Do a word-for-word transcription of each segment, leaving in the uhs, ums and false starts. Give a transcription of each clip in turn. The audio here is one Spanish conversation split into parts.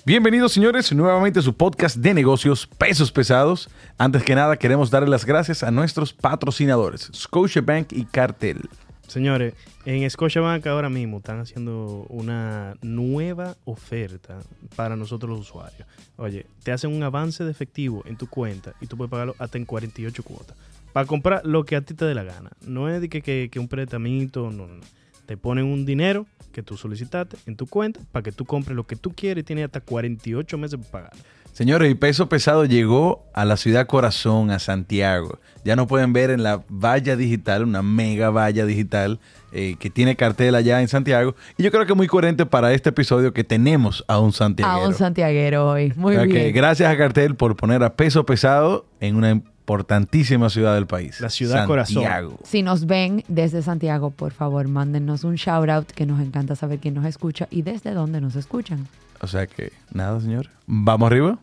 Bienvenidos, señores, nuevamente a su podcast de negocios Pesos Pesados. Antes que nada, queremos darle las gracias a nuestros patrocinadores, Scotiabank y Cartel. Señores, en Scotiabank ahora mismo están haciendo una nueva oferta para nosotros los usuarios. Oye, te hacen un avance de efectivo en tu cuenta y tú puedes pagarlo hasta en cuarenta y ocho cuotas. Para comprar lo que a ti te dé la gana. No es de que, que, que un préstamo, no, no. Te ponen un dinero que tú solicitaste en tu cuenta para que tú compres lo que tú quieres y tienes hasta cuarenta y ocho meses para pagar. Señores, y Peso Pesado llegó a la ciudad corazón, a Santiago. Ya nos pueden ver en la valla digital, una mega valla digital eh, que tiene cartel allá en Santiago. Y yo creo que es muy coherente para este episodio que tenemos a un santiaguero. A un santiaguero hoy. Muy okay, bien. Gracias a Cartel por poner a Peso Pesado en una importantísima ciudad del país. La ciudad Santiago. corazón. Si nos ven desde Santiago, por favor, mándennos un shout out, que nos encanta saber quién nos escucha y desde dónde nos escuchan. O sea que, nada, señor. ¿Vamos arriba?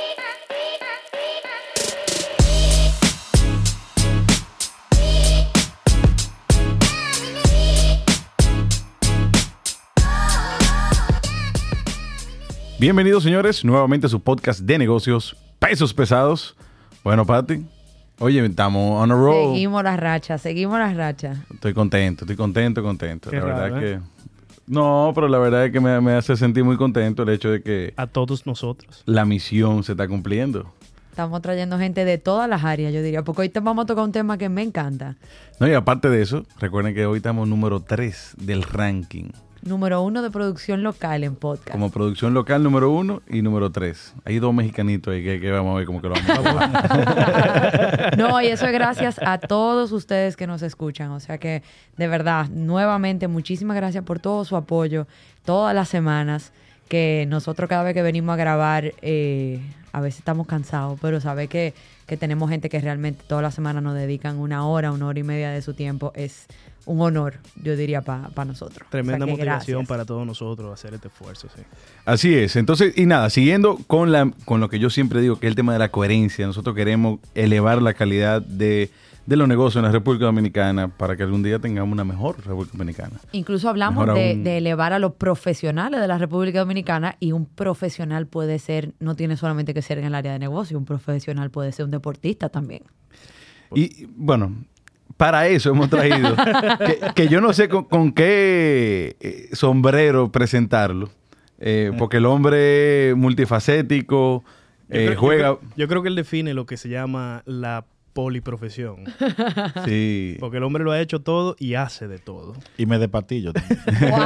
Bienvenidos, señores, nuevamente a su podcast de negocios Pesos Pesados. Bueno, Pati, oye, estamos on a roll. Seguimos las rachas, seguimos las rachas. Estoy contento, estoy contento, contento. Qué la raro, verdad ¿eh? que... No, pero la verdad es que me, me hace sentir muy contento el hecho de que A todos nosotros. la misión se está cumpliendo. Estamos trayendo gente de todas las áreas, yo diría, porque hoy te vamos a tocar un tema que me encanta. No, y aparte de eso, recuerden que hoy estamos número tres del ranking. Número uno de producción local en podcast. Como producción local número uno y número tres. Hay dos mexicanitos ahí que, que vamos a ver como que lo vamos a bajar. No, y eso es gracias a todos ustedes que nos escuchan. O sea que, de verdad, nuevamente, muchísimas gracias por todo su apoyo todas las semanas. Que nosotros cada vez que venimos a grabar, eh, a veces estamos cansados, pero sabe que, que tenemos gente que realmente toda la semana nos dedican una hora, una hora y media de su tiempo. Es un honor, yo diría, para pa nosotros. Tremenda O sea que motivación gracias. para todos nosotros hacer este esfuerzo, sí. Así es. Entonces, y nada, siguiendo con, la, con lo que yo siempre digo, que es el tema de la coherencia. Nosotros queremos elevar la calidad de, de los negocios en la República Dominicana para que algún día tengamos una mejor República Dominicana. Incluso hablamos Mejor de, aún. de elevar a los profesionales de la República Dominicana, y un profesional puede ser, no tiene solamente que ser en el área de negocio, un profesional puede ser un deportista también. Y bueno, para eso hemos traído, que, que yo no sé con, con qué eh, sombrero presentarlo, eh, porque el hombre multifacético, Yo, eh, creo, juega... yo, creo, yo creo que él define lo que se llama la poliprofesión. Sí. Porque el hombre lo ha hecho todo y hace de todo. Y me de patillo también. ¡Wow!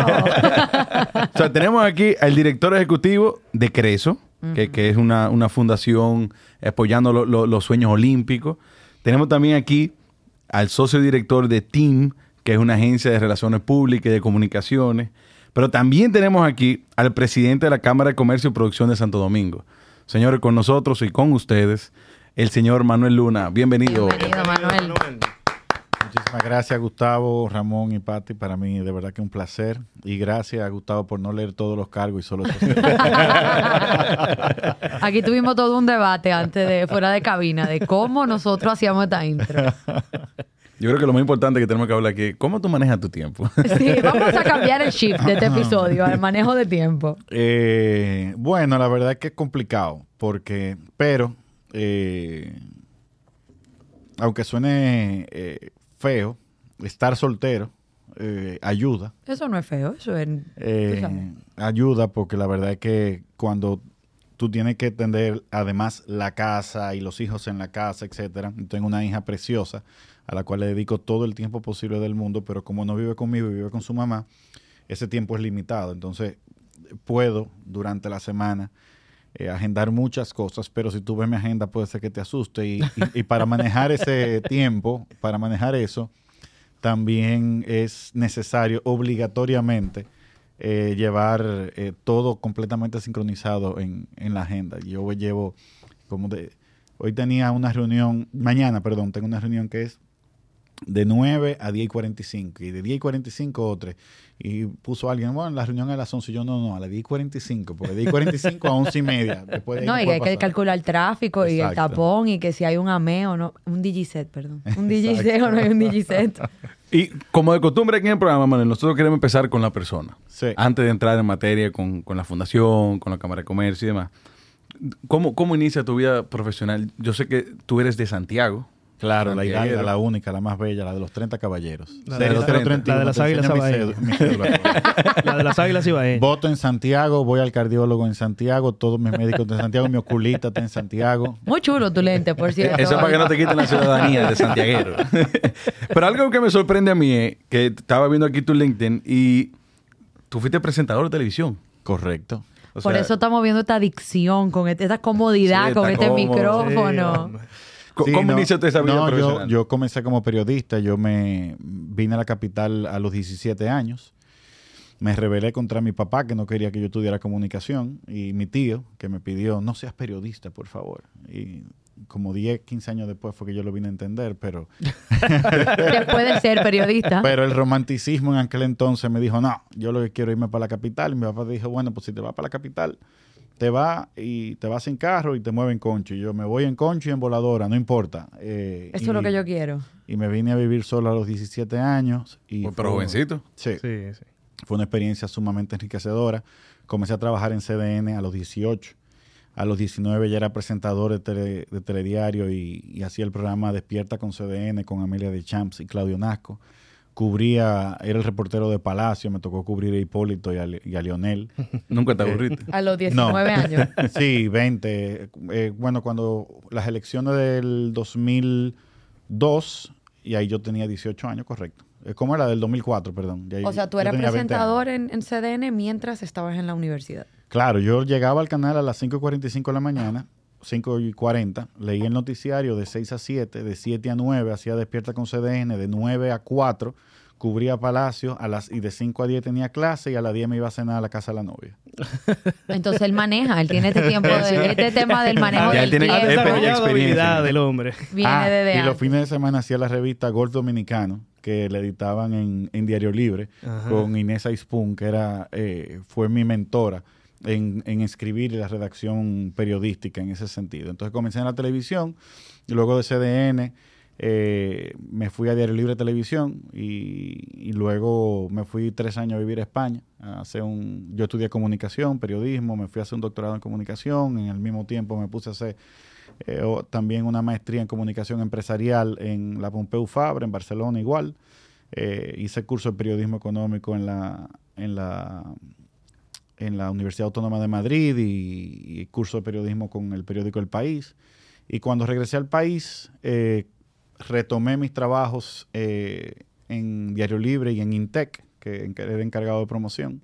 O sea, tenemos aquí al director ejecutivo de Creso, uh-huh. que, que es una, una fundación apoyando lo, lo, los sueños olímpicos. Tenemos también aquí al socio director de Team, que es una agencia de relaciones públicas y de comunicaciones. Pero también tenemos aquí al presidente de la Cámara de Comercio y Producción de Santo Domingo. Señores, con nosotros y con ustedes, el señor Manuel Luna. Bienvenido. Bienvenido, Manuel. Muchísimas gracias, Gustavo, Ramón y Pati. Para mí, de verdad que un placer. Y gracias a Gustavo por no leer todos los cargos y solo esos. Aquí tuvimos todo un debate antes de, fuera de cabina, de cómo nosotros hacíamos esta intro. Yo creo que lo más importante que tenemos que hablar aquí es cómo tú manejas tu tiempo. Sí, vamos a cambiar el shift de este episodio al manejo de tiempo. Eh, bueno, la verdad es que es complicado, porque, pero, eh, aunque suene eh, feo, estar soltero eh, ayuda. Eso no es feo, eso es... Eh, ayuda porque la verdad es que cuando tú tienes que atender además la casa y los hijos en la casa, etcétera. Tengo una hija preciosa a la cual le dedico todo el tiempo posible del mundo, pero como no vive conmigo y vive con su mamá, ese tiempo es limitado. Entonces, puedo durante la semana eh, agendar muchas cosas, pero si tú ves mi agenda puede ser que te asuste. Y, y, y para manejar ese tiempo, para manejar eso, también es necesario obligatoriamente eh, llevar eh, todo completamente sincronizado en, en la agenda. Yo llevo como de... Hoy tenía una reunión, mañana, perdón, tengo una reunión que es de nueve a diez y cuarenta y cinco, y de diez y cuarenta y cinco otra. Y puso alguien, bueno, la reunión es a las once. Y yo, no, no, a las diez y cuarenta y cinco, porque de diez y cuarenta y cinco a once y media. Después de ahí No, no y que puede hay que pasar. calcular el tráfico. Exacto. Y el tapón, y que si hay un ameo o no. Un digiset, perdón. Un digiset o no hay un digiset. Y como de costumbre aquí en el programa, Manuel, nosotros queremos empezar con la persona. Sí. Antes de entrar en materia con, con la fundación, con la Cámara de Comercio y demás. ¿Cómo, ¿Cómo inicia tu vida profesional? Yo sé que tú eres de Santiago. Claro, la Santiaguero. Hidalga, la única, la más bella, la de los treinta caballeros. La de los treinta. La de las águilas ibaeñas. La de las águilas ibaeñas. Voto en Santiago, voy al cardiólogo en Santiago, todos mis médicos de Santiago, mi oculista está en Santiago. Muy chulo tu lente, por cierto. Eso es para que no te quiten la ciudadanía de santiaguero. Pero algo que me sorprende a mí es que estaba viendo aquí tu LinkedIn y tú fuiste presentador de televisión. Correcto. O Por sea, eso estamos viendo esta adicción, con este- esta comodidad, Sí, con está este cómodo. micrófono. Sí, ¿Cómo, Sí, cómo no, inicia esa vida no, profesional? Yo, yo comencé como periodista, yo me vine a la capital a los diecisiete años, me rebelé contra mi papá que no quería que yo estudiara comunicación y mi tío que me pidió, no seas periodista, por favor. Y como diez, quince años después fue que yo lo vine a entender, pero, Después de ser periodista. pero el romanticismo en aquel entonces me dijo, no, yo lo que quiero es irme para la capital. Y mi papá dijo, bueno, pues si te vas para la capital, te vas y te vas en carro y te mueves en concho. Y yo me voy en concho y en voladora, no importa. Eh, Eso y, es lo que yo quiero. Y me vine a vivir solo a los diecisiete años. Y Pues, pero fue- jovencito. Sí, sí, sí. fue una experiencia sumamente enriquecedora. Comencé a trabajar en C D N a los dieciocho. A los diecinueve ya era presentador de, tele- de telediario y, y hacía el programa Despierta con C D N con Amelia de Champs y Claudio Nasco. Cubría, era el reportero de Palacio, me tocó cubrir a Hipólito y a, Le- y a Lionel. Nunca te aburriste. A los diecinueve años. Sí, veinte. Eh, bueno, cuando las elecciones del dos mil dos, y ahí yo tenía dieciocho años, correcto. Eh, ¿Cómo era? Del dos mil cuatro, perdón. Y ahí O sea, tú yo eras tenía veinte años. presentador en, en C D N mientras estabas en la universidad. Claro, yo llegaba al canal a las cinco y cuarenta y cinco de la mañana, cinco y cuarenta, leía el noticiario de seis a siete, de siete a nueve, hacía Despierta con C D N, de nueve a cuatro, cubría Palacio, a las, y de cinco a diez tenía clase, y a las diez me iba a cenar a la casa de la novia. Entonces él maneja, él tiene este tiempo, de, este tema del manejo Ya del él tiene- Ha tiempo. experiencia. desarrollado habilidad del hombre. Viene Ah, desde y los antes. fines de semana hacía la revista Golf Dominicano, que le editaban en, en Diario Libre, Ajá. con Inés Aispun, que era, eh, fue mi mentora en, en escribir y la redacción periodística en ese sentido. Entonces comencé en la televisión, y luego de C D N eh, me fui a Diario Libre Televisión y, y luego me fui tres años a vivir a España. A hacer un, yo estudié comunicación, periodismo, me fui a hacer un doctorado en comunicación, en el mismo tiempo me puse a hacer eh, o, también una maestría en comunicación empresarial en la Pompeu Fabra, en Barcelona igual. Eh, hice curso de periodismo económico en la, en la, en la Universidad Autónoma de Madrid y, y curso de periodismo con el periódico El País. Y cuando regresé al país, eh, retomé mis trabajos eh, en Diario Libre y en Intec, que en- era encargado de promoción.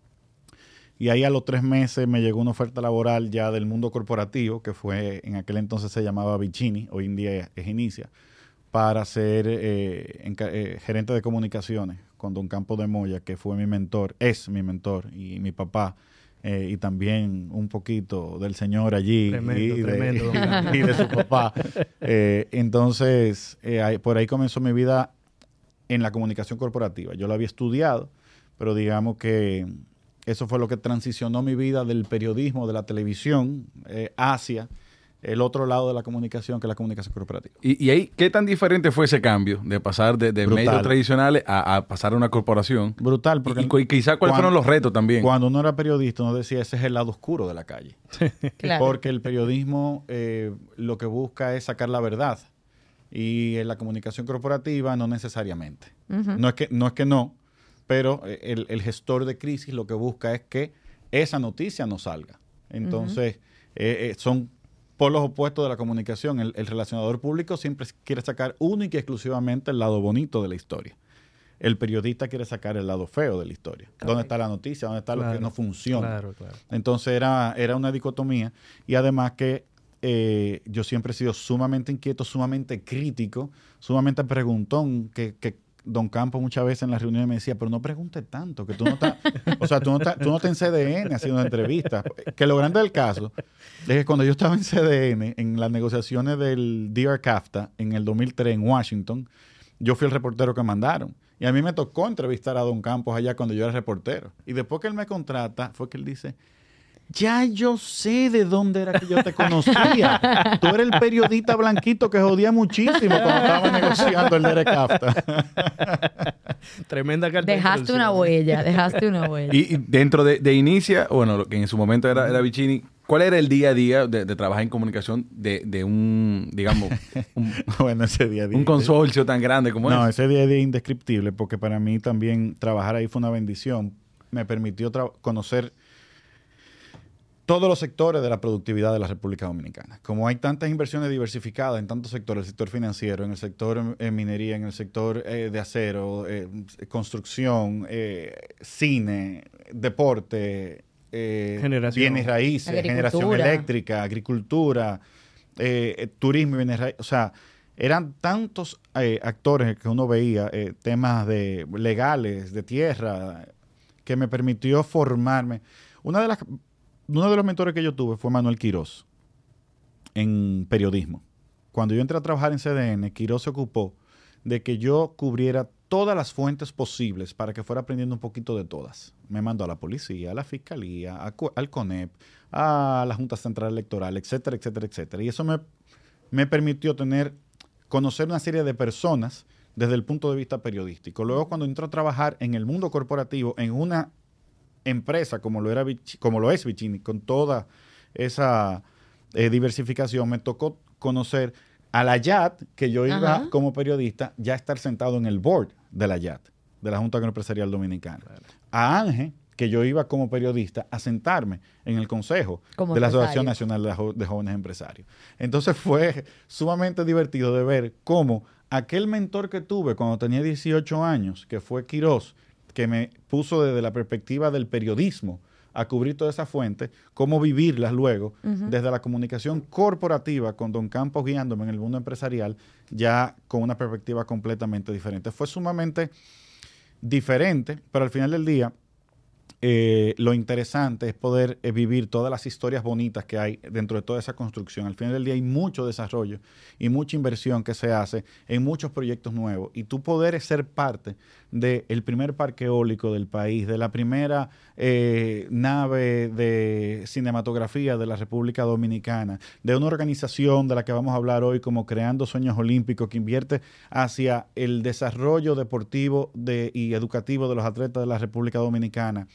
Y ahí a los tres meses me llegó una oferta laboral ya del mundo corporativo, que fue, en aquel entonces se llamaba Vicini, hoy en día es Inicia, para ser eh, enca- eh, gerente de comunicaciones con don Campo de Moya, que fue mi mentor, es mi mentor y mi papá, eh, y también un poquito del señor allí Tremendo, y, de, tremendo, don Campo. y de su papá. Eh, entonces, eh, ahí- por ahí comenzó mi vida en la comunicación corporativa. Yo lo había estudiado, pero digamos que eso fue lo que transicionó mi vida del periodismo, de la televisión, eh, hacia el otro lado de la comunicación, que es la comunicación corporativa. Y, y ahí, ¿qué tan diferente fue ese cambio de pasar de, de Brutal. medios tradicionales a, a pasar a una corporación? Brutal, porque Y, y quizá cuáles cuando- fueron los retos también. cuando uno era periodista, uno decía, ese es el lado oscuro de la calle. Claro. Porque el periodismo eh, lo que busca es sacar la verdad. Y en la comunicación corporativa no necesariamente. Ujú. No es que no, es que no, pero eh, el, el gestor de crisis lo que busca es que esa noticia no salga. Entonces, eh, eh, son polos opuestos de la comunicación. El, el relacionador público siempre quiere sacar única y exclusivamente el lado bonito de la historia. El periodista quiere sacar el lado feo de la historia. ¿Dónde está la noticia? ¿Dónde está lo Claro, que no funciona? Claro, claro. Entonces era, era una dicotomía. Y además que eh, yo siempre he sido sumamente inquieto, sumamente crítico, sumamente preguntón, que, que don Campos muchas veces en las reuniones me decía, pero no preguntes tanto, que tú no estás, o sea, tú no estás, tú no estás en C D N haciendo entrevistas. Que lo grande del caso es que cuando yo estaba en C D N, en las negociaciones del D R CAFTA, en el dos mil tres en Washington, yo fui el reportero que mandaron. Y a mí me tocó entrevistar a don Campos allá cuando yo era reportero. Y después que él me contrata, fue que él dice, ya yo sé de dónde era que yo te conocía. Tú eres el periodista blanquito que jodía muchísimo cuando estaba negociando el Derek Kafta. Tremenda carta. Dejaste una huella, dejaste una huella. Y, y dentro de, de Inicia, bueno, lo que en su momento era, era Vicini, ¿cuál era el día a día de, de trabajar en comunicación de, de un, digamos, un, bueno, ese día a día. un consorcio tan grande como No, ese? ese día a día es indescriptible porque para mí también trabajar ahí fue una bendición. Me permitió tra- conocer todos los sectores de la productividad de la República Dominicana. Como hay tantas inversiones diversificadas en tantos sectores, el sector financiero, en el sector eh, minería, en el sector eh, de acero, eh, construcción, eh, cine, deporte, eh, Generación. bienes raíces, Agricultura. generación eléctrica, agricultura, eh, eh, turismo y bienes raíces. O sea, eran tantos eh, actores que uno veía, eh, temas de legales, de tierra, que me permitió formarme. Una de las... Uno de los mentores que yo tuve fue Manuel Quirós en periodismo. Cuando yo entré a trabajar en C D N, Quirós se ocupó de que yo cubriera todas las fuentes posibles para que fuera aprendiendo un poquito de todas. Me mandó a la policía, a la fiscalía, a, al CONEP, a la Junta Central Electoral, etcétera, etcétera, etcétera. Y eso me, me permitió tener, conocer una serie de personas desde el punto de vista periodístico. Luego, cuando entró a trabajar en el mundo corporativo, en una empresa como lo era como lo es Vicini, con toda esa eh, diversificación, me tocó conocer a la Y A T, que yo iba Ajá. como periodista, ya estar sentado en el board de la Y A T, de la Junta Agroempresarial Dominicana. Claro. A Ángel, que yo iba como periodista a sentarme en el consejo Como de la empresario. Asociación Nacional de, Jo- de Jóvenes Empresarios. Entonces fue sumamente divertido de ver cómo aquel mentor que tuve cuando tenía dieciocho años, que fue Quirós, que me puso desde la perspectiva del periodismo a cubrir toda esa fuente, cómo vivirlas luego, uh-huh. desde la comunicación corporativa, con Don Campos guiándome en el mundo empresarial, ya con una perspectiva completamente diferente. Fue sumamente diferente, pero al final del día, eh, lo interesante es poder eh, vivir todas las historias bonitas que hay dentro de toda esa construcción. Al final del día hay mucho desarrollo y mucha inversión que se hace en muchos proyectos nuevos, y tú poder ser parte del primer parque eólico del país, de la primera eh, nave de cinematografía de la República Dominicana, de una organización de la que vamos a hablar hoy como Creando Sueños Olímpicos, que invierte hacia el desarrollo deportivo de, y educativo de los atletas de la República Dominicana,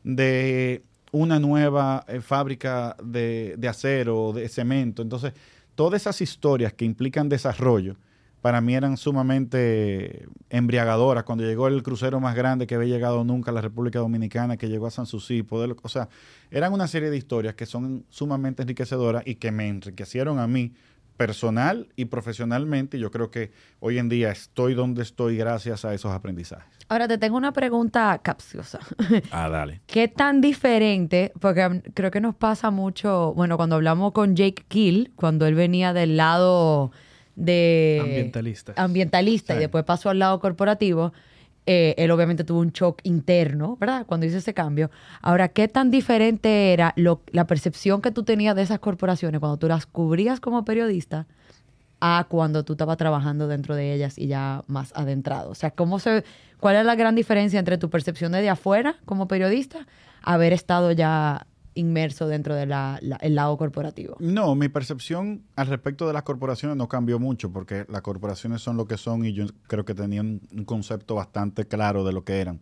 de una nueva eh, fábrica de, de acero, de cemento. Entonces, todas esas historias que implican desarrollo, para mí eran sumamente embriagadoras. Cuando llegó el crucero más grande que había llegado nunca a la República Dominicana, que llegó a Sanssouci, poder, o sea, eran una serie de historias que son sumamente enriquecedoras y que me enriquecieron a mí personal y profesionalmente. Yo creo que hoy en día estoy donde estoy gracias a esos aprendizajes. Ahora te tengo una pregunta capciosa. Ah, dale. ¿Qué tan diferente? Porque creo que nos pasa mucho, bueno, cuando hablamos con Jake Kill, cuando él venía del lado de ambientalista, ambientalista sí. y después pasó al lado corporativo, eh, él obviamente tuvo un shock interno, ¿verdad? Cuando hizo ese cambio. Ahora, ¿qué tan diferente era lo, la percepción que tú tenías de esas corporaciones cuando tú las cubrías como periodista a cuando tú estabas trabajando dentro de ellas y ya más adentrado? O sea, ¿cómo se, ¿cuál es la gran diferencia entre tu percepción de, de afuera como periodista a haber estado ya inmerso dentro del la, la, lado corporativo? No, mi percepción al respecto de las corporaciones no cambió mucho, porque las corporaciones son lo que son y yo creo que tenían un concepto bastante claro de lo que eran.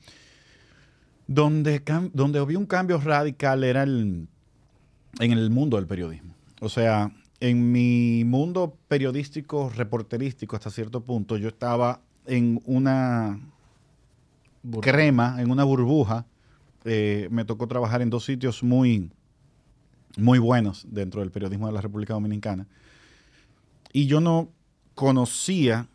Donde, donde había un cambio radical era el, en el mundo del periodismo. O sea, en mi mundo periodístico, reporterístico hasta cierto punto, yo estaba en una burbuja. crema, en una burbuja. Eh, me tocó trabajar en dos sitios muy, muy buenos dentro del periodismo de la República Dominicana. Y yo no conocía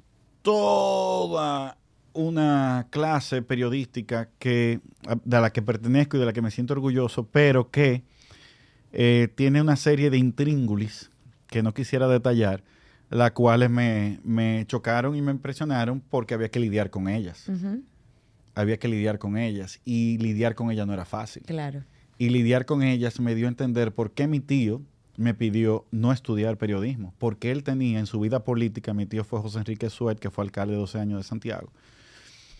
toda una clase periodística que, de la que pertenezco y de la que me siento orgulloso, pero que eh, tiene una serie de intríngulis que no quisiera detallar, las cuales me, me chocaron y me impresionaron porque había que lidiar con ellas. Uh-huh. Había que lidiar con ellas, y lidiar con ellas no era fácil. Claro. Y lidiar con ellas me dio a entender por qué mi tío me pidió no estudiar periodismo. Porque él tenía en su vida política, mi tío fue José Enrique Suet, que fue alcalde de doce años de Santiago.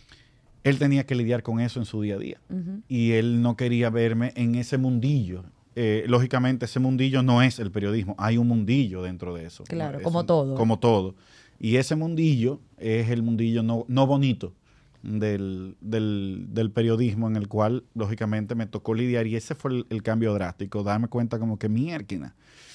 Él tenía que lidiar con eso en su día a día. Uh-huh. Y él no quería verme en ese mundillo. eh, lógicamente ese mundillo no es el periodismo, hay un mundillo dentro de eso. Claro, Es como un- todo. Como todo. Y ese mundillo es el mundillo no, no bonito del, del, del periodismo, en el cual lógicamente me tocó lidiar, y ese fue el, el cambio drástico, darme cuenta como que mierda.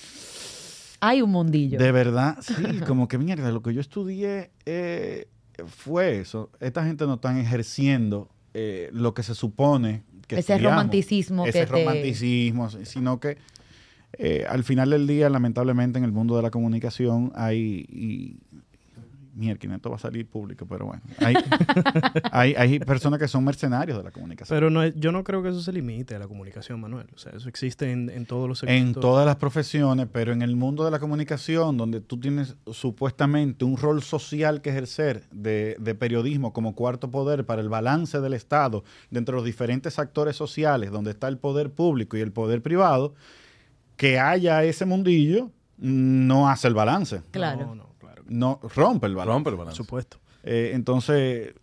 Hay un mundillo. De verdad, sí, como que mierda, lo que yo estudié eh, fue eso. Esta gente no están ejerciendo eh, lo que se supone que Ese estudiamos. romanticismo Ese que te- romanticismo, sino que eh, al final del día, lamentablemente, en el mundo de la comunicación hay... Y, mierda, esto va a salir público, pero bueno. Hay, hay, hay personas que son mercenarios de la comunicación. Pero no, es- yo no creo que eso se limite a la comunicación, Manuel. O sea, eso existe en, en todos los En segmentos. todas las profesiones, pero en el mundo de la comunicación, donde tú tienes supuestamente un rol social que ejercer de, de periodismo como cuarto poder para el balance del Estado, de entre los diferentes actores sociales, donde está el poder público y el poder privado, que haya ese mundillo no hace el balance, Claro. No, no, claro. no rompe el balance. Rompe el Por balance. supuesto. Eh, entonces,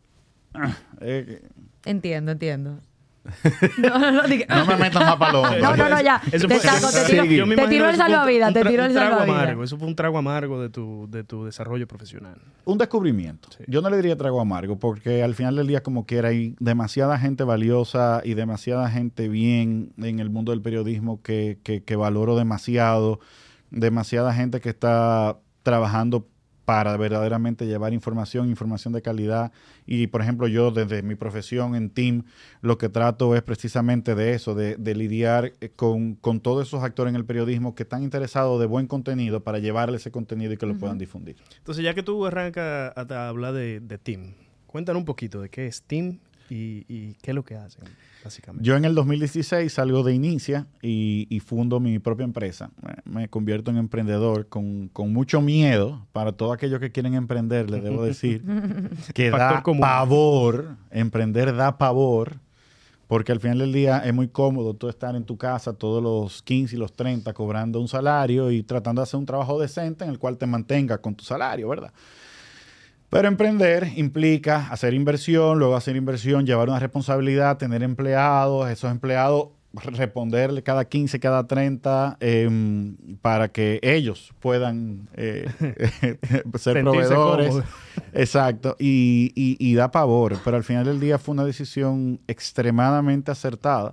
eh, Entiendo, entiendo. No, no, no, diga- no me metan más palomas. No, no, no, ya. Eso Te fue- saco, te sí, tiro, yo me te imagino tiro que el eso fue un- salvavidas, un te tra- tiro el un trago salvavidas. amargo. Eso fue un trago amargo de tu, de tu desarrollo profesional. Un descubrimiento. Sí. Yo no le diría trago amargo, porque al final del día, como quiera, hay demasiada gente valiosa y demasiada gente bien en el mundo del periodismo que, que, que valoro demasiado, demasiada gente que está trabajando para verdaderamente llevar información, información de calidad. Y, por ejemplo, yo desde mi profesión en Team, lo que trato es precisamente de eso, de, de lidiar con, con todos esos actores en el periodismo que están interesados de buen contenido para llevarle ese contenido y que lo puedan difundir. Entonces, ya que tú arrancas a, a hablar de, de Team, cuéntanos un poquito de qué es Team y, y qué es lo que hacen, básicamente. Yo en el dos mil dieciséis salgo de Inicia y, y fundo mi propia empresa. Me, me convierto en emprendedor con, con mucho miedo. Para todos aquellos que quieren emprender, les debo decir que Factor da común. pavor. Emprender da pavor. Porque al final del día es muy cómodo tú estar en tu casa todos los quince y los treinta cobrando un salario y tratando de hacer un trabajo decente en el cual te mantenga con tu salario, ¿verdad? Pero emprender implica hacer inversión, luego hacer inversión, llevar una responsabilidad, tener empleados, esos empleados responderle cada quince, cada treinta, eh, para que ellos puedan eh, ser Sentirse proveedores. cómodos. Exacto, y, y, y da pavor, pero al final del día fue una decisión extremadamente acertada,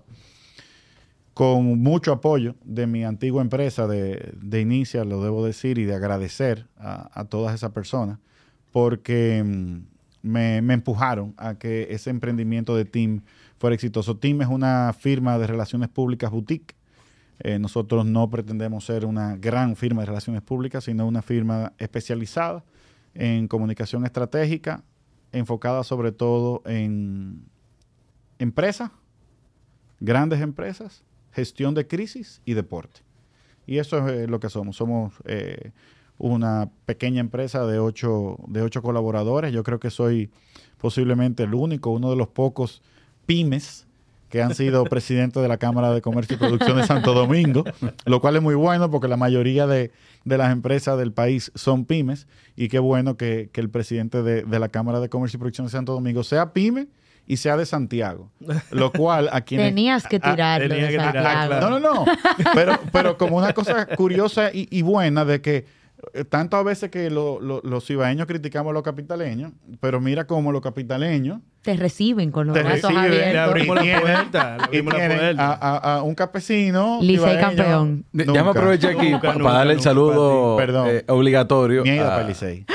con mucho apoyo de mi antigua empresa de, de Inicia, lo debo decir, y de agradecer a, a todas esas personas, porque mm, me, me empujaron a que ese emprendimiento de Team fuera exitoso. Team es una firma de relaciones públicas boutique. Eh, nosotros no pretendemos ser una gran firma de relaciones públicas, sino una firma especializada en comunicación estratégica, enfocada sobre todo en empresas, grandes empresas, gestión de crisis y deporte. Y eso es eh, lo que somos. Somos eh, una pequeña empresa de ocho, de ocho colaboradores. Yo creo que soy posiblemente el único, uno de los pocos pymes que han sido presidente de la Cámara de Comercio y Producción de Santo Domingo, lo cual es muy bueno porque la mayoría de, de las empresas del país son pymes, y qué bueno que, que el presidente de, de la Cámara de Comercio y Producción de Santo Domingo sea pyme y sea de Santiago, lo cual a quienes... Tenías que a- tirarlo tenía de que tirar, Santiago. claro. no, no, no. Pero, pero como una cosa curiosa y, y buena de que eh, tanto a veces que lo- lo- los cibaeños criticamos a los capitaleños, pero mira cómo los capitaleños Te reciben con los te brazos reciben Le abiertos. abrimos y la tienen- puerta, le y abrimos la tienen puerta. a, a- a un campesino Licey cibaeño. campeón. De- Nunca. Ya me aproveché aquí Nunca, para nunca, darle el nunca, saludo Perdón. eh, obligatorio. Mierda a- para el Licey.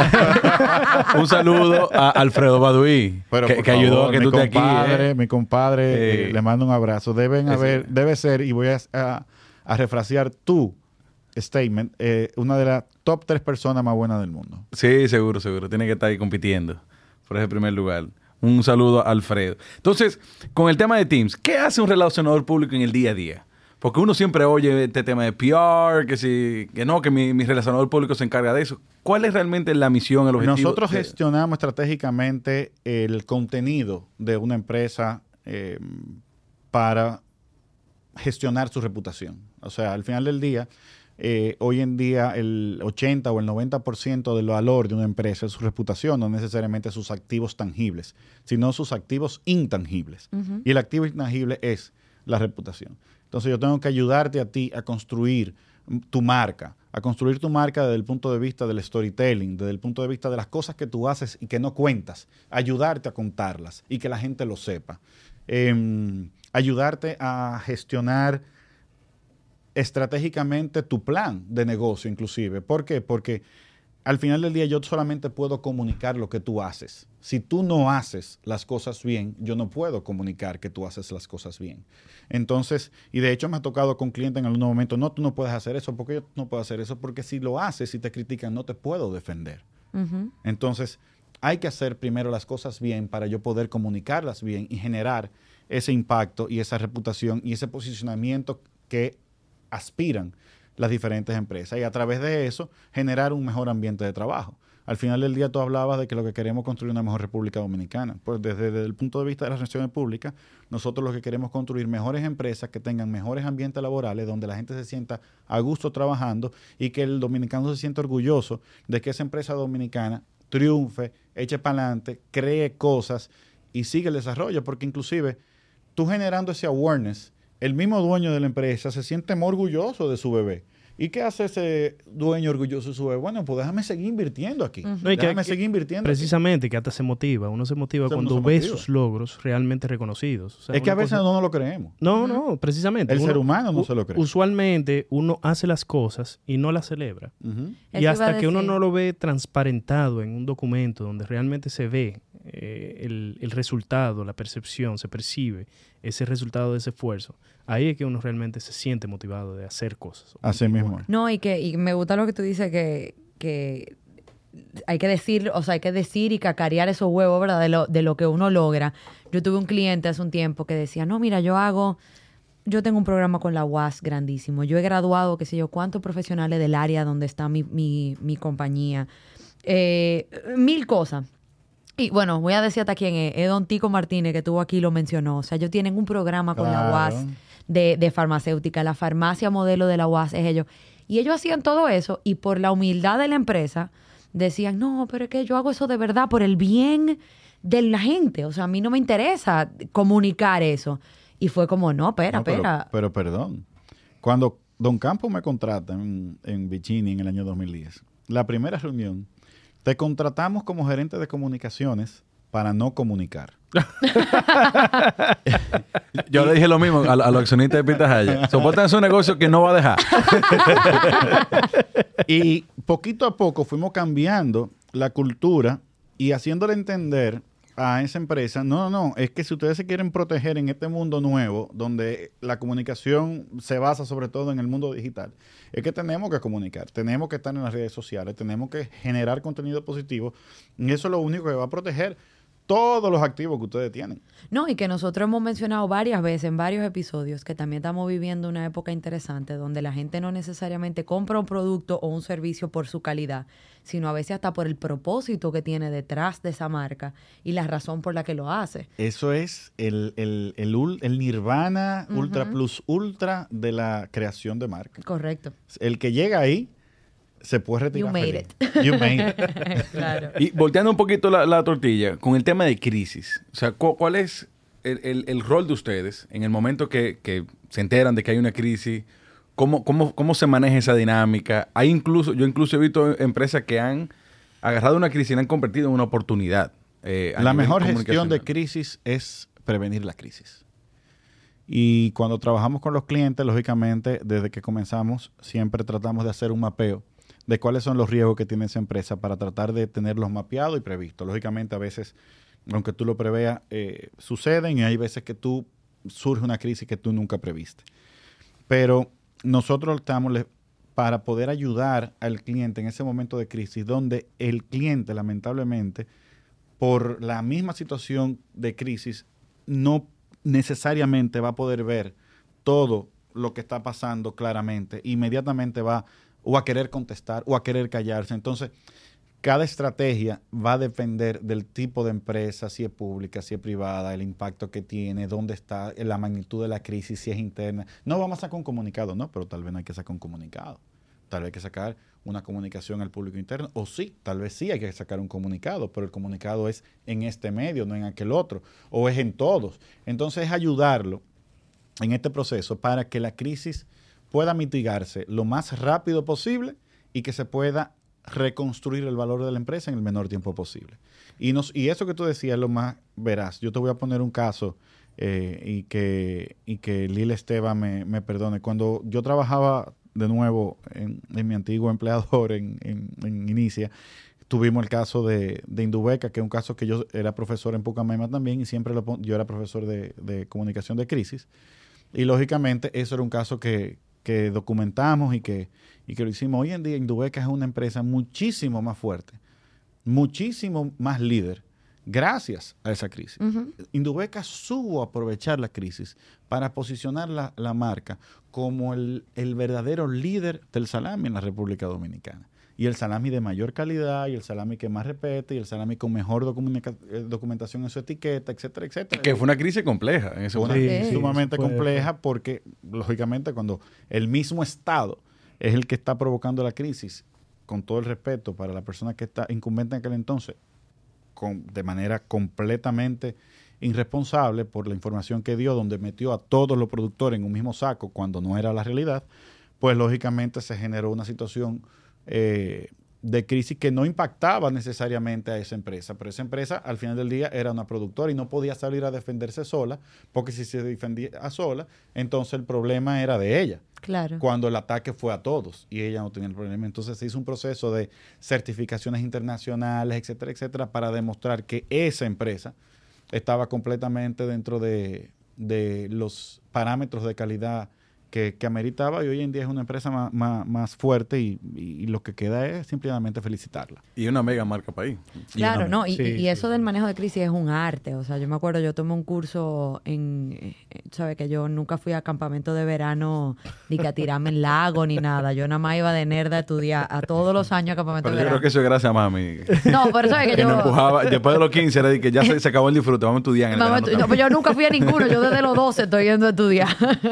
un saludo a Alfredo Baduí, Pero que, por que ayudó favor, a que mi tú estés aquí. compadre, eh. Mi compadre, Eh, eh, le mando un abrazo. Deben ese- haber, debe ser, y voy a, a, a refrasear tu statement, eh, una de las top tres personas más buenas del mundo. Sí, seguro, seguro. Tiene que estar ahí compitiendo por ese primer lugar. Un saludo a Alfredo. Entonces, con el tema de Teams, ¿qué hace un relacionador público en el día a día? Porque uno siempre oye este tema de P R, que si, que no, que mi, mi relacionador público se encarga de eso. ¿Cuál es realmente la misión, el objetivo? Nosotros de- gestionamos estratégicamente el contenido de una empresa eh, para gestionar su reputación. O sea, al final del día, eh, hoy en día el ochenta o el noventa por ciento del valor de una empresa es su reputación, no necesariamente sus activos tangibles, sino sus activos intangibles. Ujú. Y el activo intangible es la reputación. Entonces yo tengo que ayudarte a ti a construir tu marca, a construir tu marca desde el punto de vista del storytelling, desde el punto de vista de las cosas que tú haces y que no cuentas, ayudarte a contarlas y que la gente lo sepa. Eh, ayudarte a gestionar estratégicamente tu plan de negocio inclusive. ¿Por qué? Porque al final del día yo solamente puedo comunicar lo que tú haces. Si tú no haces las cosas bien, yo no puedo comunicar que tú haces las cosas bien. Entonces, y de hecho me ha tocado con clientes en algún momento, no, tú no puedes hacer eso, porque yo no puedo hacer eso, porque si lo haces y te critican, no te puedo defender. Uh-huh. Entonces, hay que hacer primero las cosas bien para yo poder comunicarlas bien y generar ese impacto y esa reputación y ese posicionamiento que aspiran las diferentes empresas, y a través de eso generar un mejor ambiente de trabajo. Al final del día tú hablabas de que lo que queremos es construir una mejor República Dominicana. Pues desde, desde el punto de vista de las relaciones públicas, nosotros lo que queremos es construir mejores empresas que tengan mejores ambientes laborales, donde la gente se sienta a gusto trabajando y que el dominicano se sienta orgulloso de que esa empresa dominicana triunfe, eche para adelante, cree cosas y siga el desarrollo, porque inclusive tú generando ese awareness, el mismo dueño de la empresa se siente muy orgulloso de su bebé. ¿Y qué hace ese dueño orgulloso de su bebé? Bueno, pues déjame seguir invirtiendo aquí. Uh-huh. No, y déjame que, seguir invirtiendo precisamente, aquí. Que hasta se motiva. Uno se motiva o sea, cuando ve motiva. sus logros realmente reconocidos. O sea, es que a veces cosa... no nos lo creemos. No, uh-huh. no, precisamente. El uno, ser humano no se lo cree. Usualmente uno hace las cosas y no las celebra. Uh-huh. Y hasta que uno no lo ve transparentado en un documento donde realmente se ve eh, el, el resultado, la percepción, se percibe ese resultado de ese esfuerzo, ahí es que uno realmente se siente motivado de hacer cosas. Así mismo. No, y que y me gusta lo que tú dices, que, que hay que decir, o sea, hay que decir y cacarear esos huevos, ¿verdad? De lo, de lo que uno logra. Yo tuve un cliente hace un tiempo que decía, no, mira, yo hago, yo tengo un programa con la U A S grandísimo. Yo he graduado, qué sé yo, cuántos profesionales del área donde está mi, mi, mi compañía. Eh, mil cosas. Y bueno, voy a decir hasta quién es. Es don Tico Martínez, que estuvo aquí y lo mencionó. O sea, ellos tienen un programa con claro. la U A S de, de farmacéutica. La farmacia modelo de la U A S es ellos. Y ellos hacían todo eso y por la humildad de la empresa decían, no, pero es que yo hago eso de verdad por el bien de la gente. O sea, a mí no me interesa comunicar eso. Y fue como, no, espera, no, pero, espera. Pero perdón. Cuando Don Campo me contrata en, en Vicini en el año dos mil diez, la primera reunión, te contratamos como gerente de comunicaciones para no comunicar. Yo le dije lo mismo a, a los accionistas de Pita Jaya. Soportan su negocio que no va a dejar. Y poquito a poco fuimos cambiando la cultura y haciéndole entender a esa empresa, no, no, no, es que si ustedes se quieren proteger en este mundo nuevo, donde la comunicación se basa sobre todo en el mundo digital, es que tenemos que comunicar, tenemos que estar en las redes sociales, tenemos que generar contenido positivo, y eso es lo único que va a proteger todos los activos que ustedes tienen. No, y que nosotros hemos mencionado varias veces en varios episodios que también estamos viviendo una época interesante donde la gente no necesariamente compra un producto o un servicio por su calidad, sino a veces hasta por el propósito que tiene detrás de esa marca y la razón por la que lo hace. Eso es el, el, el, el nirvana uh-huh. ultra plus ultra de la creación de marca. Correcto. El que llega ahí se puede retirar. You made feliz. it. You made it. Claro. Y volteando un poquito la, la tortilla, con el tema de crisis, o sea, ¿cu- ¿cuál es el, el, el rol de ustedes en el momento que, que se enteran de que hay una crisis? ¿Cómo, cómo, cómo se maneja esa dinámica? Hay incluso, yo incluso he visto empresas que han agarrado una crisis y la han convertido en una oportunidad. Eh, la mejor gestión de crisis es prevenir la crisis. Y cuando trabajamos con los clientes, lógicamente, desde que comenzamos, siempre tratamos de hacer un mapeo de cuáles son los riesgos que tiene esa empresa para tratar de tenerlos mapeados y previstos. Lógicamente, a veces, aunque tú lo preveas, eh, suceden y hay veces que tú surge una crisis que tú nunca previste. Pero nosotros estamos para poder ayudar al cliente en ese momento de crisis, donde el cliente, lamentablemente, por la misma situación de crisis, no necesariamente va a poder ver todo lo que está pasando claramente. Inmediatamente va o a querer contestar o a querer callarse. Entonces, cada estrategia va a depender del tipo de empresa, si es pública, si es privada, el impacto que tiene, dónde está, la magnitud de la crisis, si es interna. No vamos a sacar un comunicado, no, pero tal vez no hay que sacar un comunicado. Tal vez hay que sacar una comunicación al público interno, o sí, tal vez sí hay que sacar un comunicado, pero el comunicado es en este medio, no en aquel otro, o es en todos. Entonces, es ayudarlo en este proceso para que la crisis pueda mitigarse lo más rápido posible y que se pueda reconstruir el valor de la empresa en el menor tiempo posible. Y, nos, y eso que tú decías es lo más veraz. Yo te voy a poner un caso eh, y que, y que Lila Esteban me, me perdone. Cuando yo trabajaba de nuevo en, en mi antiguo empleador en, en, en Inicia, tuvimos el caso de, de Indubeca, que es un caso que yo era profesor en Pucamaima también y siempre lo, yo era profesor de, de comunicación de crisis. Y lógicamente eso era un caso que, que documentamos y que, y que lo hicimos. Hoy en día Indubeca es una empresa muchísimo más fuerte, muchísimo más líder, gracias a esa crisis. Uh-huh. Indubeca supo aprovechar la crisis para posicionar la, la marca como el, el verdadero líder del salami en la República Dominicana. Y el salami de mayor calidad, y el salami que más respete, y el salami con mejor documenta- documentación en su etiqueta, etcétera, etcétera. Que fue una crisis compleja en ese momento. Sí, sí, sumamente compleja porque, lógicamente, cuando el mismo Estado es el que está provocando la crisis, con todo el respeto para la persona que está incumbente en aquel entonces, con, de manera completamente irresponsable por la información que dio, donde metió a todos los productores en un mismo saco cuando no era la realidad, pues lógicamente se generó una situación Eh, de crisis que no impactaba necesariamente a esa empresa, pero esa empresa al final del día era una productora y no podía salir a defenderse sola, porque si se defendía a sola, entonces el problema era de ella. Claro. Cuando el ataque fue a todos y ella no tenía el problema. Entonces se hizo un proceso de certificaciones internacionales, etcétera, etcétera, para demostrar que esa empresa estaba completamente dentro de, de los parámetros de calidad Que, que ameritaba, y hoy en día es una empresa más, más, más fuerte y, y, y lo que queda es simplemente felicitarla. Y una mega marca país. Claro, no, y, sí, y sí, eso sí. del manejo de crisis es un arte. O sea, yo me acuerdo, yo tomé un curso en, eh, sabes que yo nunca fui a campamento de verano ni que a tirarme en lago ni nada. Yo nada más iba de nerda a estudiar a todos los años a campamento Pero de yo verano. creo que eso es gracias a mami. No, pero sabes que que yo... nos empujaba. Después de los quince era de que ya se, se acabó el disfrute, vamos a estudiar en el Vamos, verano no, pues yo nunca fui a ninguno, yo desde los doce estoy yendo a estudiar.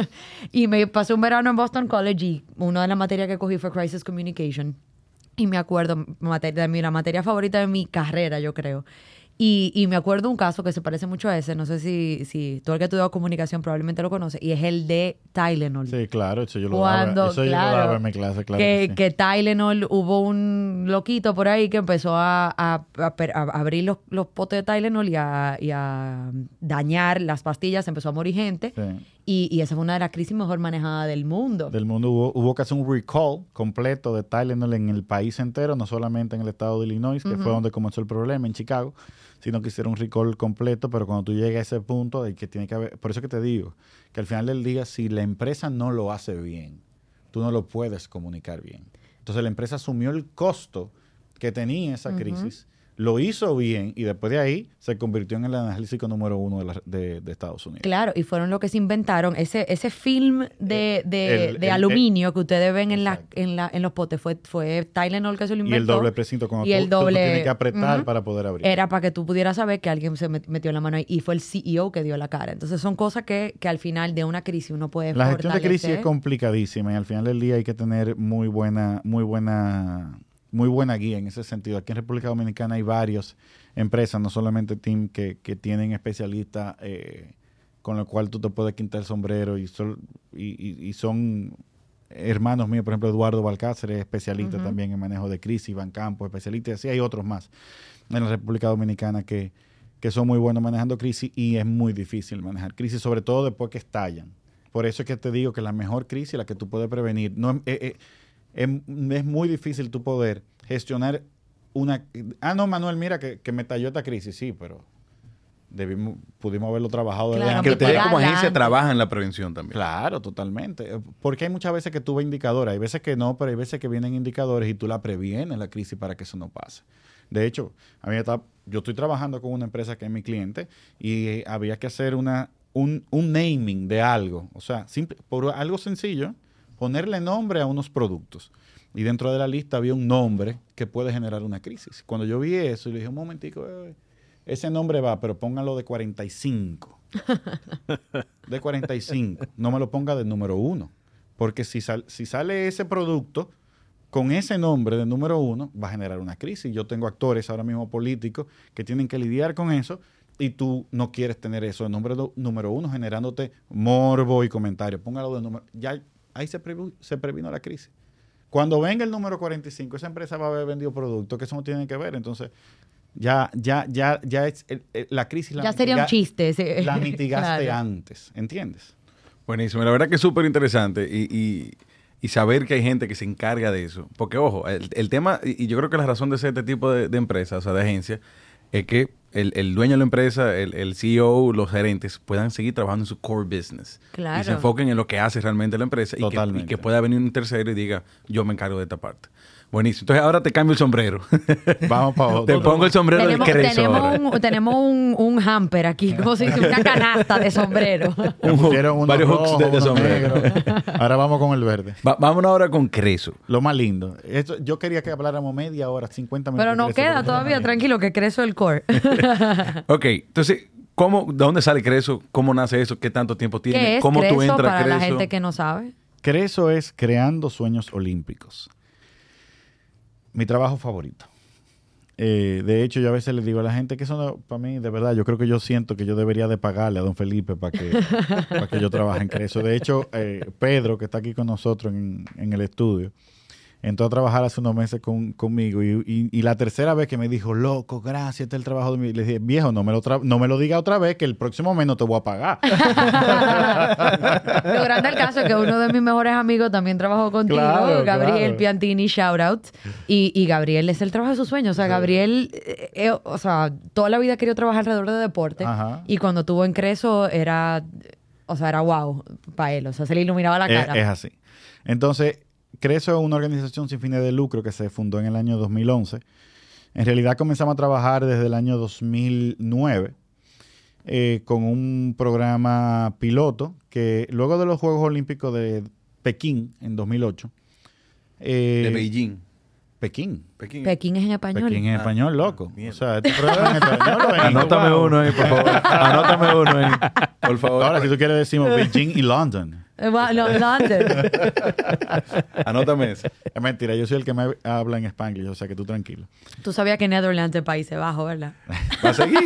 Y me pasé un verano en Boston College y una de las materias que cogí fue Crisis Communication. Y me acuerdo, materia, de mi, la materia favorita de mi carrera, yo creo. Y, y me acuerdo un caso que se parece mucho a ese, no sé si, si todo el que ha estudiado comunicación probablemente lo conoce, y es el de Tylenol. Sí, claro, eso yo lo Cuando, daba, eso claro, yo lo daba en mi clase, claro que, que sí. que Tylenol, hubo un loquito por ahí que empezó a, a, a, a abrir los, los potes de Tylenol y a, y a dañar las pastillas, empezó a morir gente. Sí. Y, y esa fue una de las crisis mejor manejadas del mundo. Del mundo hubo, hubo que hacer un recall completo de Tylenol en el país entero, no solamente en el estado de Illinois, que uh-huh. fue donde comenzó el problema, en Chicago, sino que hicieron un recall completo, pero cuando tú llegas a ese punto de que tiene que haber, por eso que te digo, que al final del día, si la empresa no lo hace bien, tú no lo puedes comunicar bien. Entonces la empresa asumió el costo que tenía esa crisis, uh-huh. lo hizo bien y después de ahí se convirtió en el analítico número uno de, la, de, de Estados Unidos. Claro, y fueron los que se inventaron ese ese film de, de, el, de el, aluminio el, que ustedes ven en, la, en, la, en los potes. Fue, fue Tylenol que se lo inventó. Y el doble precinto, cuando y tú, el doble, tú, tú tienes que apretar uh-huh. para poder abrir. Era para que tú pudieras saber que alguien se metió la mano ahí. Y fue el C E O que dio la cara. Entonces son cosas que, que al final de una crisis uno puede La fortalecer. gestión de crisis es complicadísima y al final del día hay que tener muy buena, muy buena... muy buena guía en ese sentido. Aquí en República Dominicana hay varias empresas, no solamente Team, que, que tienen especialistas eh, con los cuales tú te puedes quitar el sombrero y son, y, y, y son hermanos míos, por ejemplo, Eduardo Balcácer es especialista uh-huh. también en manejo de crisis, Iván Campos, especialista, y así hay otros más en la República Dominicana que, que son muy buenos manejando crisis y es muy difícil manejar crisis, sobre todo después que estallan. Por eso es que te digo que la mejor crisis, la que tú puedes prevenir, no eh, eh, Es, es muy difícil tú poder gestionar una... Ah, no, Manuel, mira que, que me talló esta crisis. Sí, pero debimos, pudimos haberlo trabajado. Claro, de que ustedes como agencia trabajan en la prevención también. Claro, totalmente. Porque hay muchas veces que tú ves indicadores. Hay veces que no, pero hay veces que vienen indicadores y tú la previenes la crisis para que eso no pase. De hecho, a mí está, yo estoy trabajando con una empresa que es mi cliente y había que hacer una un, un naming de algo. O sea, simple, por algo sencillo, ponerle nombre a unos productos. Y dentro de la lista había un nombre que puede generar una crisis. Cuando yo vi eso, yo le dije, un momentico, eh, ese nombre va, pero póngalo de cuarenta y cinco. De cuarenta y cinco. No me lo ponga del número uno. Porque si, sal, si sale ese producto con ese nombre de número uno, va a generar una crisis. Yo tengo actores ahora mismo políticos que tienen que lidiar con eso y tú no quieres tener eso. El número, número uno, generándote morbo y comentarios. Póngalo de número. Ya ahí se, previ, se previno la crisis. Cuando venga el número cuarenta y cinco, esa empresa va a haber vendido productos que eso no tiene que ver. Entonces, ya, ya, ya, ya es el, el, la crisis. La ya sería un chiste. Sí. La mitigaste claro. antes, ¿entiendes? Buenísimo. La verdad que es súper interesante y, y, y saber que hay gente que se encarga de eso. Porque, ojo, el, el tema, y yo creo que la razón de ser este tipo de, de empresas, o sea, de agencias, es que el, el dueño de la empresa, el, el C E O, los gerentes, puedan seguir trabajando en su core business. Claro. Y se enfoquen en lo que hace realmente la empresa. Y que, y que pueda venir un tercero y diga, yo me encargo de esta parte. Buenísimo. Entonces ahora te cambio el sombrero. Vamos para otro. Te pongo el sombrero tenemos, del Creso. Tenemos, un, tenemos un, un hamper aquí, como se dice, una canasta de sombrero. Un, varios hooks de, de sombrero. Negro. Ahora vamos con el verde. Va, vámonos ahora con Creso. Lo más lindo. Esto, yo quería que habláramos media hora, cincuenta minutos. Pero no queda todavía, tranquilo, que Creso el core. Ok, entonces, ¿cómo, ¿de dónde sale Creso? ¿Cómo nace eso? ¿Qué tanto tiempo tiene? ¿Qué es ¿Cómo Creso tú entras para a Creso? la gente que no sabe? Creso es Creando Sueños Olímpicos. Mi trabajo favorito. Eh, de hecho, yo a veces le digo a la gente que eso no, para mí, de verdad, yo creo que yo siento que yo debería de pagarle a don Felipe para que, para que yo trabaje en Creso. De hecho, eh, Pedro, que está aquí con nosotros en, en el estudio, entró a trabajar hace unos meses con, conmigo y, y, y la tercera vez que me dijo, loco, gracias, este es el trabajo de mi... Le dije, viejo, no me, lo tra- no me lo diga otra vez que el próximo mes no te voy a pagar. Lo grande del caso es que uno de mis mejores amigos también trabajó contigo, Claro, Gabriel claro. Piantini, shout out. Y, y Gabriel es el trabajo de sus sueños. O sea, Gabriel, eh, eh, o sea, toda la vida quería trabajar alrededor de deporte. Ajá. Y cuando estuvo en Creso era, o sea, era wow para él. O sea, se le iluminaba la Es, cara. es así. Entonces, Creso es una organización sin fines de lucro que se fundó en el año dos mil once. En realidad comenzamos a trabajar desde el año dos mil nueve eh, con un programa piloto que luego de los Juegos Olímpicos de Pekín en dos mil ocho. Eh, De Beijing. Pekín. Pekín. Pekín es en español. Pekín en Ah, español, loco. mierda. O sea, este programa en español. o en Anótame cubano. uno ahí, por favor. Anótame uno ahí, por favor. Ahora, si tú quieres, decimos Beijing y London. Eh, bueno, no, London. Anótame eso. Es mentira, yo soy el que me habla en Spanglish, o sea que tú tranquilo. Tú sabías que Netherlands es Países Bajos, ¿verdad? ¿Va a seguir?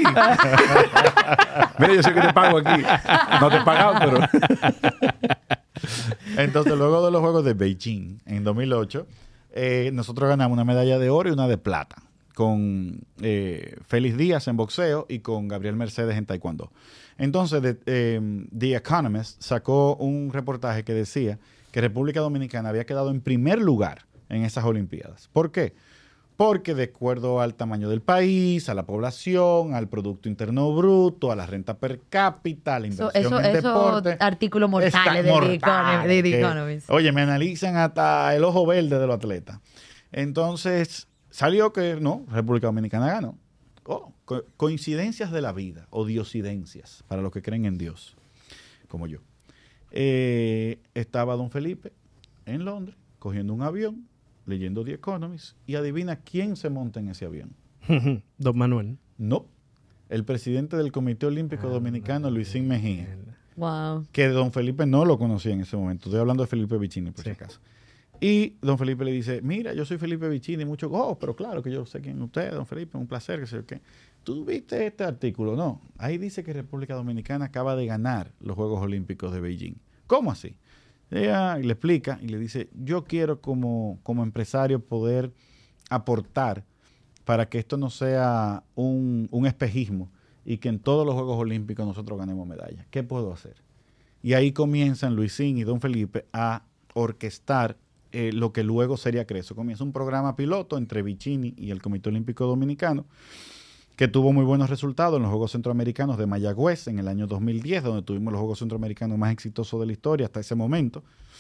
Mira, yo sé que te pago aquí. No te he pagado, pero... Entonces, luego de los Juegos de Beijing, en dos mil ocho, eh, nosotros ganamos una medalla de oro y una de plata con eh, Félix Díaz en boxeo y con Gabriel Mercedes en taekwondo. Entonces, de, eh, The Economist sacó un reportaje que decía que República Dominicana había quedado en primer lugar en esas Olimpiadas. ¿Por qué? Porque de acuerdo al tamaño del país, a la población, al Producto Interno Bruto, a la renta per cápita, a la Eso, inversión eso, en eso deporte. artículos mortales Están de, The mortales, Economy- de The que, Economist. Oye, me analizan hasta el ojo verde de los atletas. Entonces, salió que no, República Dominicana ganó. Oh, co- coincidencias de la vida o diosidencias, para los que creen en Dios, como yo. Eh, estaba don Felipe en Londres, cogiendo un avión, leyendo The Economist, y adivina quién se monta en ese avión. Don Manuel. No, el presidente del Comité Olímpico Dominicano, Luisín Mejía, Wow. que don Felipe no lo conocía en ese momento. Estoy hablando de Felipe Vicini, por Sí. si acaso. Y don Felipe le dice, mira, yo soy Felipe Vicini, mucho, oh, pero claro que yo sé quién es usted, don Felipe, un placer, que sé yo qué. ¿Tú viste este artículo? No. Ahí dice que República Dominicana acaba de ganar los Juegos Olímpicos de Beijing. ¿Cómo así? Ella le explica y le dice, yo quiero como, como empresario poder aportar para que esto no sea un, un espejismo y que en todos los Juegos Olímpicos nosotros ganemos medallas. ¿Qué puedo hacer? Y ahí comienzan Luisín y don Felipe a orquestar eh, lo que luego sería Creso. Comienza un programa piloto entre Vicini y el Comité Olímpico Dominicano que tuvo muy buenos resultados en los Juegos Centroamericanos de Mayagüez en el año dos mil diez, donde tuvimos los Juegos Centroamericanos más exitosos de la historia hasta ese momento.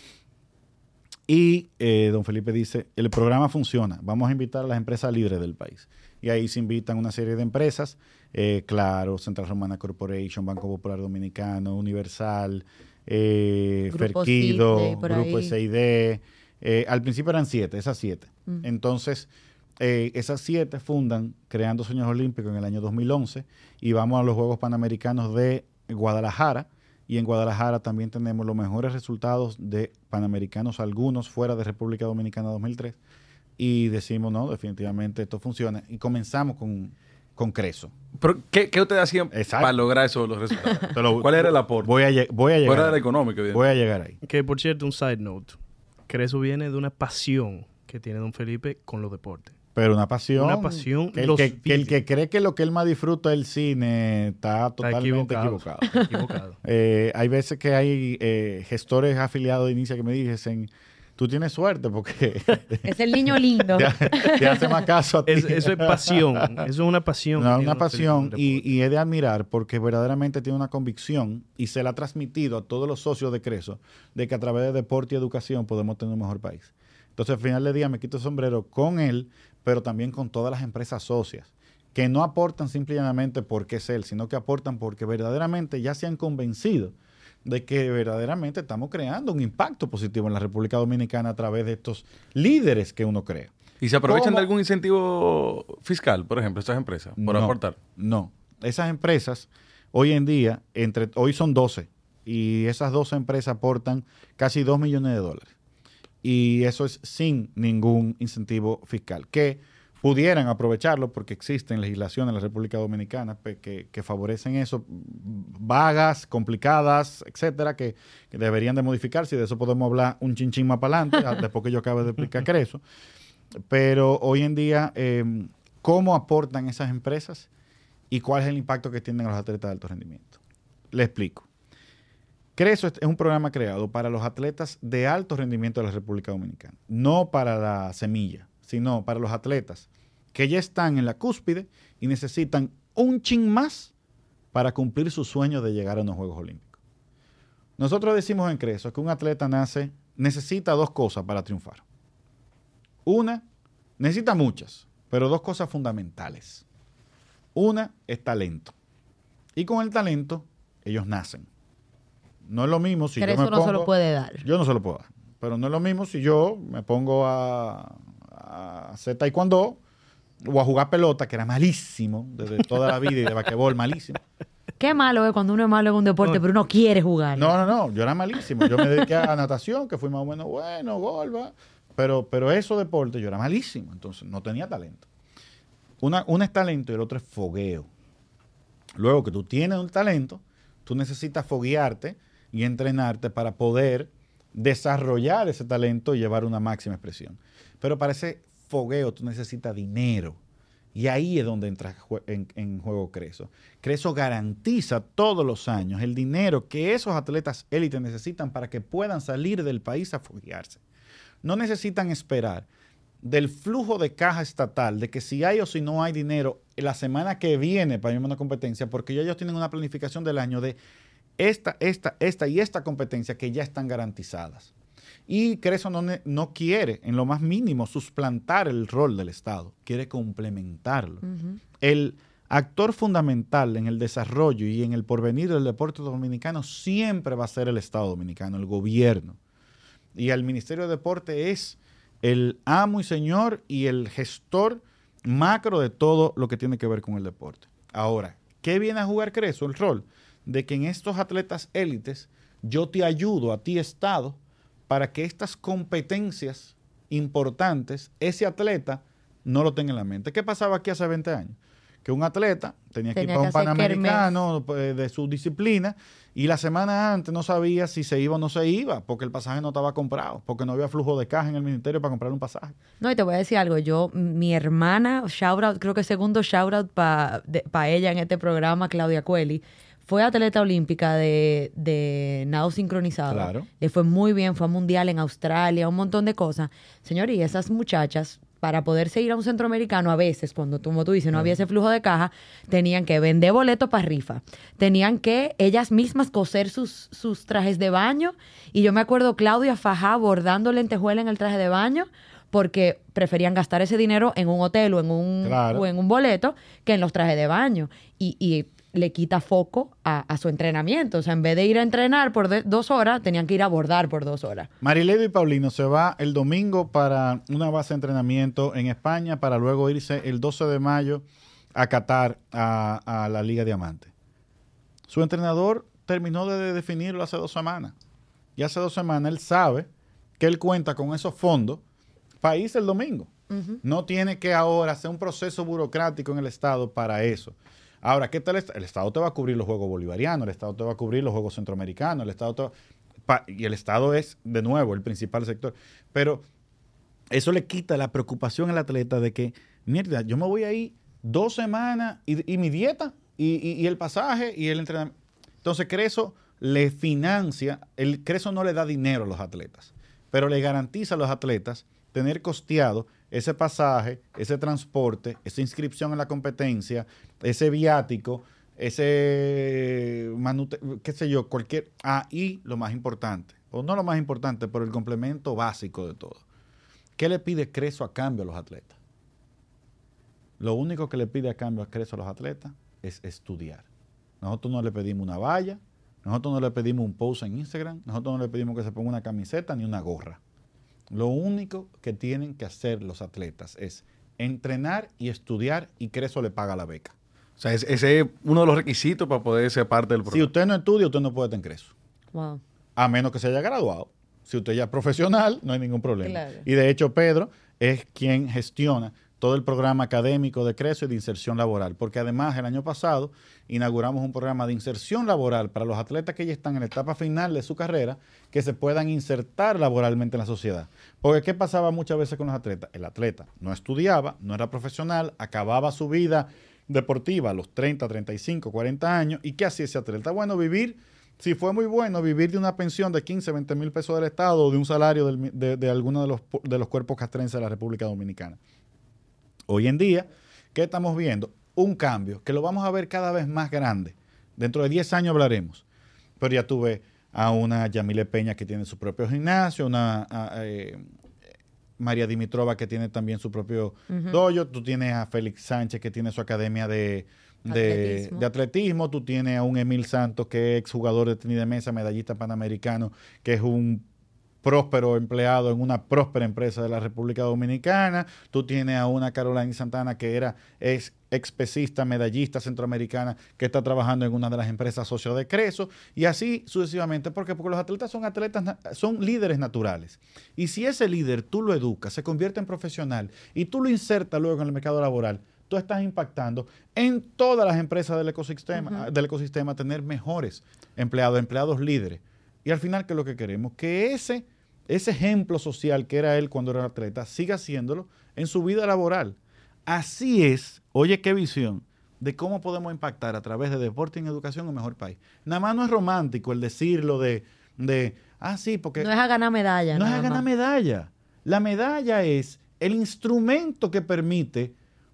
Y eh, don Felipe dice, el programa funciona, vamos a invitar a las empresas líderes del país. Y ahí se invitan una serie de empresas, eh, Claro, Central Romana Corporation, Banco Popular Dominicano, Universal, eh, Grupo Ferquido, Sidney, por Grupo ahí. S I D. Eh, al principio eran siete, esas siete. Mm. Entonces, eh, esas siete fundan Creando Sueños Olímpicos en el año dos mil once y vamos a los Juegos Panamericanos de Guadalajara. Y en Guadalajara también tenemos los mejores resultados de Panamericanos, algunos fuera de República Dominicana dos mil tres. Y decimos, no, definitivamente esto funciona. Y comenzamos con, con Creso. Pero, ¿qué, qué ustedes hacían Exacto. para lograr esos los resultados? Te lo- ¿Cuál era el aporte? Voy a, lle- voy a llegar Fuera del ahí. económico, evidentemente. Voy a llegar ahí. Que por cierto, un side note. Creso viene de una pasión que tiene don Felipe con los deportes. Pero una pasión. Una pasión, Que el los que, que el vive. que cree que lo que él más disfruta es el cine está Está totalmente equivocado. equivocado. Equivocado. Eh, hay veces que hay eh, gestores afiliados de Inicia que me dicen, tú tienes suerte porque Es el niño lindo. te, te hace más caso a ti. Es- eso es pasión. Eso es una pasión. No, que tiene una don Felipe con pasión el y, deporte. y es de admirar porque verdaderamente tiene una convicción y se la ha transmitido a todos los socios de Creso de que a través de deporte y educación podemos tener un mejor país. Entonces al final del día me quito el sombrero con él, pero también con todas las empresas socias que no aportan simplemente porque es él, sino que aportan porque verdaderamente ya se han convencido de que verdaderamente estamos creando un impacto positivo en la República Dominicana a través de estos líderes que uno crea. ¿Y se aprovechan ¿Cómo? de algún incentivo fiscal, por ejemplo, estas empresas, por No, aportar? No. Esas empresas, hoy en día, entre hoy son doce, y esas doce empresas aportan casi dos millones de dólares. Y eso es sin ningún incentivo fiscal, que pudieran aprovecharlo porque existen legislaciones en la República Dominicana pe- que, que favorecen eso, vagas, complicadas, etcétera, que, que deberían de modificarse, y de eso podemos hablar un chinchín más para adelante, después que yo acabe de explicar Creso. Pero hoy en día, eh, ¿cómo aportan esas empresas y cuál es el impacto que tienen los atletas de alto rendimiento? Le explico. Creso es un programa creado para los atletas de alto rendimiento de la República Dominicana, no para la semilla, sino para los atletas que ya están en la cúspide y necesitan un chin más para cumplir su sueño de llegar a unos Juegos Olímpicos. Nosotros decimos en Creso que un atleta nace, necesita dos cosas para triunfar. Una, necesita muchas, pero dos cosas fundamentales. Una es talento. Y con el talento, ellos nacen. No es lo mismo si Creso yo me no pongo... se lo puede dar. Yo no se lo puedo dar. Pero no es lo mismo si yo me pongo a, a hacer taekwondo o a jugar pelota, que era malísimo desde toda la vida, y de basquetbol malísimo. Qué malo es cuando uno es malo en un deporte, No. pero uno quiere jugar. No, no, no. Yo era malísimo. Yo me dediqué a natación, que fui más o menos bueno, golba. Pero, pero esos deportes yo era malísimo. Entonces no tenía talento. Una, una es talento y el otro es fogueo. Luego que tú tienes un talento, tú necesitas foguearte y entrenarte para poder desarrollar ese talento y llevar una máxima expresión. Pero para ese fogueo tú necesitas dinero. Y ahí es donde entra jue- en, en juego Creso. Creso garantiza todos los años el dinero que esos atletas élites necesitan para que puedan salir del país a foguearse. No necesitan esperar del flujo de caja estatal, de que si hay o si no hay dinero la semana que viene para irme a una competencia, porque ya ellos tienen una planificación del año de esta, esta, esta y esta competencia que ya están garantizadas. Y Creso no, ne- no quiere, en lo más mínimo, suplantar el rol del Estado, quiere complementarlo. Ujú. El actor fundamental en el desarrollo y en el porvenir del deporte dominicano siempre va a ser el Estado dominicano, el gobierno. Y el Ministerio de Deporte es el amo y señor y el gestor macro de todo lo que tiene que ver con el deporte. Ahora, ¿qué viene a jugar Creso? El rol de que en estos atletas élites yo te ayudo a ti, Estado, para que estas competencias importantes, ese atleta no lo tenga en la mente. ¿Qué pasaba aquí hace veinte años? Que un atleta tenía que ir Tenía para que un hacer panamericano pues, de su disciplina y la semana antes no sabía si se iba o no se iba porque el pasaje no estaba comprado, porque no había flujo de caja en el ministerio para comprar un pasaje. No, y te voy a decir algo. Yo, mi hermana, shout out, creo que segundo shout out para pa ella en este programa, Claudia Cueli, fue atleta olímpica de, de nado sincronizado. Claro. Le fue muy bien, fue a mundial en Australia, un montón de cosas. Señor, y esas muchachas, para poderse ir a un centroamericano, a veces, cuando tú, como tú dices, no había ese flujo de caja, tenían que vender boletos para rifa. Tenían que ellas mismas coser sus, sus trajes de baño. Y yo me acuerdo Claudia Fajá bordando lentejuela en el traje de baño porque preferían gastar ese dinero en un hotel o en un, Claro. o en un boleto que en los trajes de baño. Y, y le quita foco a, a su entrenamiento. O sea, en vez de ir a entrenar por de- dos horas, tenían que ir a bordar por dos horas. Mariledo y Paulino se va el domingo para una base de entrenamiento en España para luego irse el doce de mayo a Qatar a, a la Liga Diamante. Su entrenador terminó de definirlo hace dos semanas. Y hace dos semanas él sabe que él cuenta con esos fondos para irse el domingo. Uh-huh. No tiene que ahora hacer un proceso burocrático en el Estado para eso. Ahora, ¿qué tal? El Estado te va a cubrir los Juegos Bolivarianos, el Estado te va a cubrir los Juegos Centroamericanos, el Estado te va, pa, y el Estado es, de nuevo, el principal sector. Pero eso le quita la preocupación al atleta de que, mierda, yo me voy a ir dos semanas y, y mi dieta y, y, y el pasaje y el entrenamiento. Entonces, Creso le financia, el Creso no le da dinero a los atletas, pero le garantiza a los atletas tener costeado ese pasaje, ese transporte, esa inscripción en la competencia, ese viático, ese manute, qué sé yo, cualquier... Ah, y lo más importante, o no lo más importante, pero el complemento básico de todo. ¿Qué le pide Creso a cambio a los atletas? Lo único que le pide a cambio a Creso a los atletas es estudiar. Nosotros no le pedimos una valla, nosotros no le pedimos un post en Instagram, nosotros no le pedimos que se ponga una camiseta ni una gorra. Lo único que tienen que hacer los atletas es entrenar y estudiar, y Creso le paga la beca. O sea, ese es uno de los requisitos para poder ser parte del programa. Si usted no estudia, usted no puede estar en Creso. Wow. A menos que se haya graduado. Si usted ya es profesional, no hay ningún problema. Claro. Y de hecho, Pedro es quien gestiona todo el programa académico de Creso y de inserción laboral. Porque además, el año pasado, inauguramos un programa de inserción laboral para los atletas que ya están en la etapa final de su carrera, que se puedan insertar laboralmente en la sociedad. Porque ¿qué pasaba muchas veces con los atletas? El atleta no estudiaba, no era profesional, acababa su vida deportiva a los treinta, treinta y cinco, cuarenta años. ¿Y qué hacía ese atleta? Bueno, vivir, si fue muy bueno, vivir de una pensión de quince, veinte mil pesos del Estado o de un salario del, de, de alguno de los, de los cuerpos castrenses de la República Dominicana. Hoy en día, ¿qué estamos viendo? Un cambio que lo vamos a ver cada vez más grande. Dentro de diez años hablaremos. Pero ya tuve a una Yamile Peña que tiene su propio gimnasio, una a, eh, María Dimitrova que tiene también su propio uh-huh. dojo. Tú tienes a Félix Sánchez que tiene su academia de, de, atletismo. de atletismo. Tú tienes a un Emil Santos que es exjugador de tenis de mesa, medallista panamericano, que es un próspero empleado en una próspera empresa de la República Dominicana. Tú tienes a una Carolina Santana que era ex, expecista, medallista centroamericana, que está trabajando en una de las empresas socios de Creso, y así sucesivamente. ¿Por qué? Porque los atletas son atletas, son líderes naturales. Y si ese líder tú lo educas, se convierte en profesional y tú lo insertas luego en el mercado laboral, tú estás impactando en todas las empresas del ecosistema, uh-huh. del ecosistema, tener mejores empleados, empleados líderes. Y al final, ¿qué es lo que queremos? Que ese ese ejemplo social que era él cuando era atleta, siga haciéndolo en su vida laboral. Así es, oye qué visión, de cómo podemos impactar a través de deporte y educación un mejor país. Nada más no es romántico el decirlo de, de ah, sí, porque... No es a ganar medalla. No es a ganar medalla. La medalla es el instrumento que permite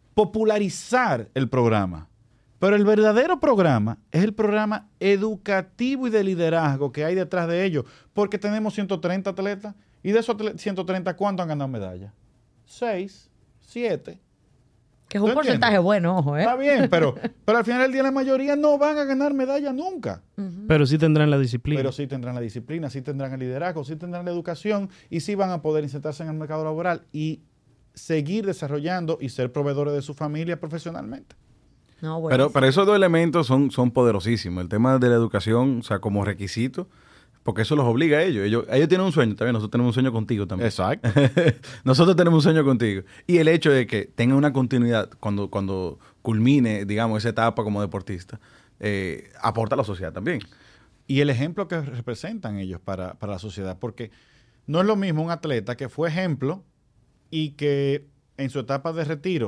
popularizar el programa. Pero el verdadero programa es el programa educativo y de liderazgo que hay detrás de ello, porque tenemos ciento treinta atletas, y de esos ciento treinta, ¿cuántos han ganado medalla? Seis, siete. Que es un porcentaje bueno, ojo, ¿eh? Está bien, pero, pero al final del día la mayoría no van a ganar medalla nunca. Uh-huh. Pero sí tendrán la disciplina. Pero sí tendrán la disciplina, sí tendrán el liderazgo, sí tendrán la educación, y sí van a poder insertarse en el mercado laboral y seguir desarrollando y ser proveedores de su familia profesionalmente. No, bueno, pero, sí. pero esos dos elementos son, son poderosísimos. El tema de la educación, o sea, como requisito, porque eso los obliga a ellos. Ellos, ellos tienen un sueño también, nosotros tenemos un sueño contigo también. Exacto. Nosotros tenemos un sueño contigo. Y el hecho de que tengan una continuidad cuando, cuando culmine, digamos, esa etapa como deportista, eh, aporta a la sociedad también. Y el ejemplo que representan ellos para, para la sociedad, porque no es lo mismo un atleta que fue ejemplo y que en su etapa de retiro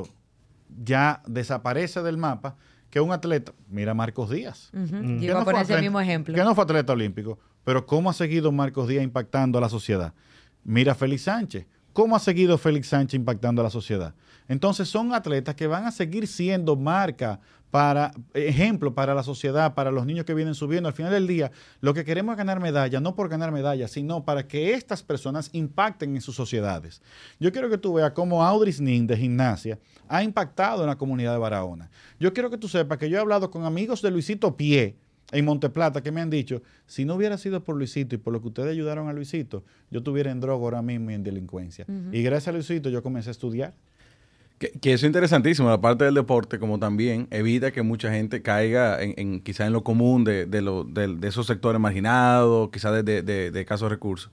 ya desaparece del mapa, que un atleta, mira Marcos Díaz. Uh-huh. Mm. Yo iba a poner ese mismo ejemplo. Que no fue atleta olímpico, pero ¿cómo ha seguido Marcos Díaz impactando a la sociedad? Mira Félix Sánchez. ¿Cómo ha seguido Félix Sánchez impactando a la sociedad? Entonces son atletas que van a seguir siendo marca, para ejemplo para la sociedad, para los niños que vienen subiendo. Al final del día, lo que queremos es ganar medallas, no por ganar medallas, sino para que estas personas impacten en sus sociedades. Yo quiero que tú veas cómo Audrey Nin de gimnasia ha impactado en la comunidad de Barahona. Yo quiero que tú sepas que yo he hablado con amigos de Luisito Pie en Monteplata que me han dicho, si no hubiera sido por Luisito y por lo que ustedes ayudaron a Luisito, yo estuviera en droga ahora mismo y en delincuencia. Uh-huh. Y gracias a Luisito yo comencé a estudiar. Que, que eso es interesantísimo, la parte del deporte, como también evita que mucha gente caiga en, en quizás en lo común de, de, lo, de, de esos sectores marginados, quizás de, de, de, de escasos recursos.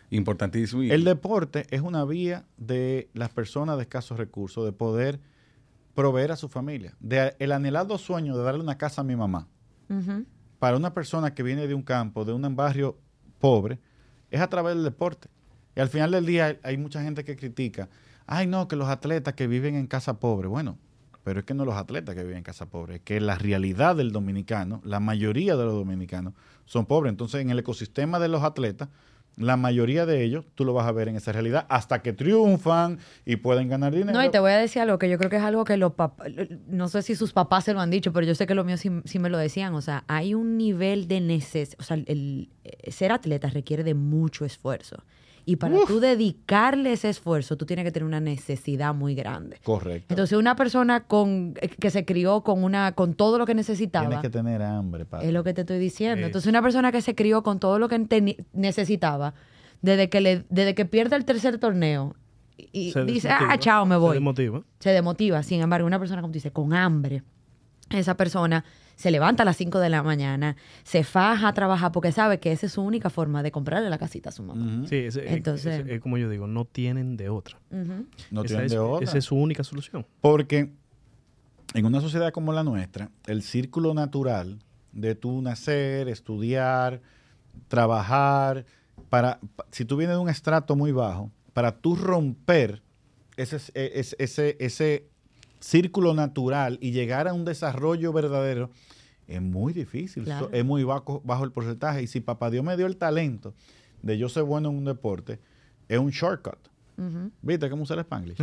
Importantísimo. Y, El deporte es una vía de las personas de escasos recursos de poder proveer a su familia. De el anhelado sueño de darle una casa a mi mamá. Ujú. Para una persona que viene de un campo, de un barrio pobre, es a través del deporte. Y al final del día hay, hay mucha gente que critica, ay no, que los atletas que viven en casa pobre. Bueno, pero es que no los atletas que viven en casa pobre, es que la realidad del dominicano, la mayoría de los dominicanos son pobres. Entonces, en el ecosistema de los atletas, la mayoría de ellos tú lo vas a ver en esa realidad hasta que triunfan y pueden ganar dinero. No, y te voy a decir algo que yo creo que es algo que los papás, no sé si sus papás se lo han dicho, pero yo sé que los míos sí, sí me lo decían. O sea, hay un nivel de necesidad, o sea, el, el ser atleta requiere de mucho esfuerzo. Y para Uf. tú dedicarle ese esfuerzo, tú tienes que tener una necesidad muy grande. Correcto. Entonces, una persona con que se crió con una con todo lo que necesitaba, Tienes que tener hambre, padre. es lo que te estoy diciendo. Sí. Entonces, una persona que se crió con todo lo que te- necesitaba, desde que le, desde que pierde el tercer torneo, y Se dice, desmotiva. ah, chao, me Se voy. desmotiva. Se demotiva. Sin embargo, una persona, como tú dices, con hambre, esa persona se levanta a las cinco de la mañana, se faja a trabajar porque sabe que esa es su única forma de comprarle la casita a su mamá. Ujú. Sí, ese- Entonces- ese- es como yo digo, no tienen de otra. Ujú. No Esa tienen es, de otra. Esa es su única solución. Porque en una sociedad como la nuestra, el círculo natural de tú nacer, estudiar, trabajar, para pa- si tú vienes de un estrato muy bajo, para tú romper ese, ese, ese, ese círculo natural y llegar a un desarrollo verdadero, es muy difícil. Claro. So- es muy bajo, bajo el porcentaje. Y si papá Dios me dio el talento de yo ser bueno en un deporte, es un shortcut. Ujú. ¿Viste cómo usa el Spanglish?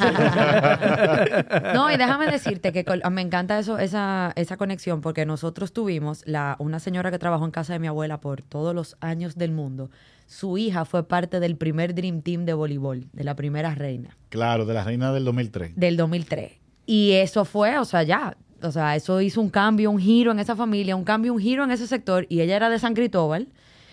No, y déjame decirte que col- me encanta eso, esa, esa conexión, porque nosotros tuvimos la, una señora que trabajó en casa de mi abuela por todos los años del mundo. Su hija fue parte del primer Dream Team de voleibol, de la primera reina, Claro, de la reina del dos mil tres. del dos mil tres. Y eso fue, o sea, ya, o sea, eso hizo un cambio, un giro en esa familia, un cambio, un giro en ese sector, y ella era de San Cristóbal.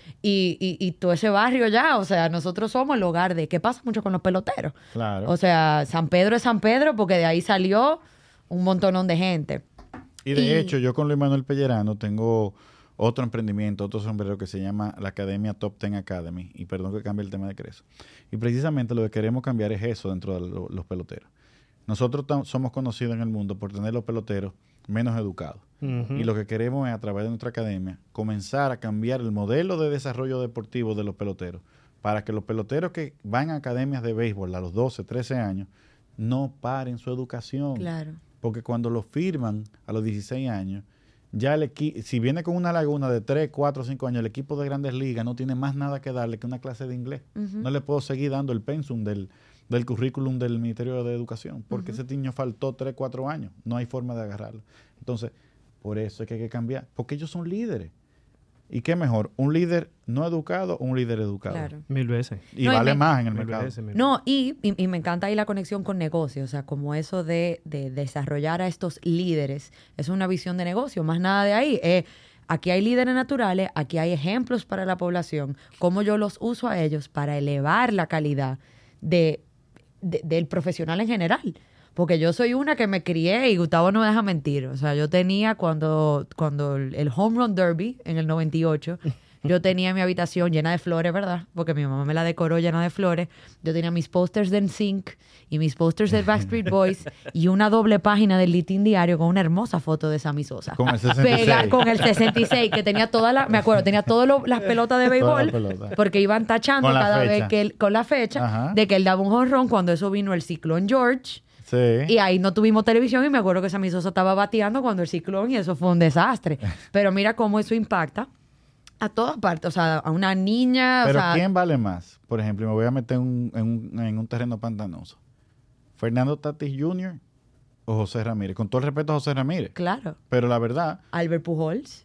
Y, y, y todo ese barrio ya, o sea, nosotros somos el hogar de... ¿Qué pasa mucho con los peloteros? Claro. O sea, San Pedro es San Pedro porque de ahí salió un montonón de gente. Y de Y- hecho, yo con Luis Manuel Pellerano tengo otro emprendimiento, otro sombrero que se llama la Academia Top Ten Academy. Y perdón que cambie el tema de Creso. Y precisamente lo que queremos cambiar es eso dentro de lo- los peloteros. Nosotros tam- somos conocidos en el mundo por tener los peloteros menos educados. Ujú. Y lo que queremos es, a través de nuestra academia, comenzar a cambiar el modelo de desarrollo deportivo de los peloteros para que los peloteros que van a academias de béisbol a los doce, trece años no paren su educación. Claro. Porque cuando lo firman a los dieciséis años, ya el equipo, si viene con una laguna de tres, cuatro, cinco años, el equipo de Grandes Ligas no tiene más nada que darle que una clase de inglés. Ujú. No le puedo seguir dando el pensum del, del currículum del Ministerio de Educación, porque ese niño faltó tres, cuatro años. No hay forma de agarrarlo. Entonces, por eso es que hay que cambiar, porque ellos son líderes. ¿Y qué mejor? ¿Un líder no educado o un líder educado? Claro. Mil veces. Y No, y vale me- más en el Mil mercado. veces, mil No, y, y, y me encanta ahí la conexión con negocios, o sea, como eso de, de desarrollar a estos líderes. Es una visión de negocio, más nada de ahí. Eh, aquí hay líderes naturales, aquí hay ejemplos para la población, cómo yo los uso a ellos para elevar la calidad de, de- del profesional en general. Porque yo soy una que me crié y Gustavo no me deja mentir. O sea, yo tenía cuando, cuando el el Home Run Derby en el noventa y ocho, yo tenía mi habitación llena de flores, ¿verdad? Porque mi mamá me la decoró llena de flores. Yo tenía mis posters de N Sync y mis posters de Backstreet Boys y una doble página del Litín Diario con una hermosa foto de Sammy Sosa. Con el sesenta y seis. Pega- con el sesenta y seis, que tenía todas las, me acuerdo, tenía todas las pelotas de Todas béisbol, las pelotas. porque iban tachando Con la cada fecha. vez que él, con la fecha, Ajá. de que él daba un jonrón cuando eso vino el ciclón George. Sí. Y ahí no tuvimos televisión y me acuerdo que Sammy Sosa estaba bateando cuando el ciclón y eso fue un desastre. Pero mira cómo eso impacta a todas partes. O sea, a una niña. Pero o sea, ¿quién vale más? Por ejemplo, me voy a meter un- en, un, en un terreno pantanoso. ¿Fernando Tatis junior o José Ramírez? Con todo el respeto a José Ramírez. Claro. Pero la verdad, Albert Pujols.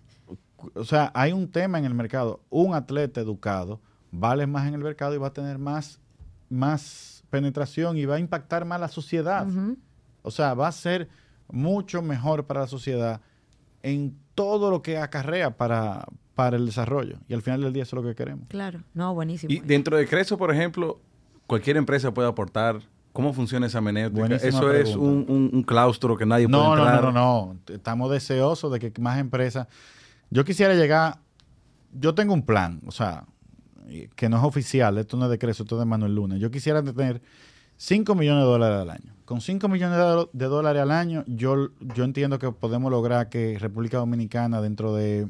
o sea, hay un tema en el mercado. Un atleta educado vale más en el mercado y va a tener más, más penetración y va a impactar más la sociedad. Ujú. O sea, va a ser mucho mejor para la sociedad en todo lo que acarrea para, para el desarrollo. Y al final del día eso es lo que queremos. Claro. No, buenísimo. Y dentro de Creso, por ejemplo, cualquier empresa puede aportar. ¿Cómo funciona esa menéutica? Buenísima Eso es pregunta. un, un- un claustro que nadie No, puede no, entrar. no, no, no. Estamos deseosos de que más empresas. Yo quisiera llegar. Yo tengo un plan. O sea, que no es oficial, esto no es de Creso, esto es de Manuel Luna. Yo quisiera tener cinco millones de dólares al año. Con cinco millones de, do- de dólares al año, yo, yo entiendo que podemos lograr que República Dominicana dentro de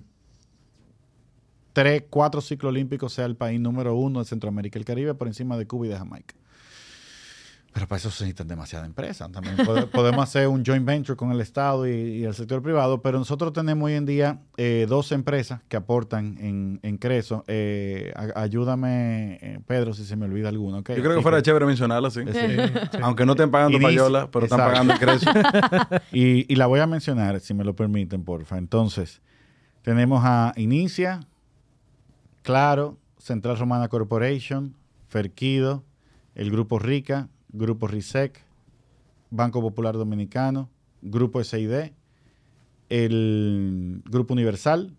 tres, cuatro ciclos olímpicos sea el país número uno de Centroamérica y el Caribe por encima de Cuba y de Jamaica. Pero para eso se necesitan demasiadas empresas. También pode, podemos hacer un joint venture con el Estado y, y el sector privado, pero nosotros tenemos hoy en día eh, dos empresas que aportan en, en Creso. Eh, a, ayúdame, eh, Pedro, si se me olvida alguno. ¿Okay? Yo creo que Así fuera chévere mencionarla, sí. Sí, sí. Aunque no estén pagando Inicia- payola, pero están Exacto. pagando el Creso. Y, y la voy a mencionar, si me lo permiten, porfa. Entonces, tenemos a Inicia, Claro, Central Romana Corporation, Ferquido, el Grupo Rica, Grupo RISEC, Banco Popular Dominicano, Grupo S I D, el Grupo Universal,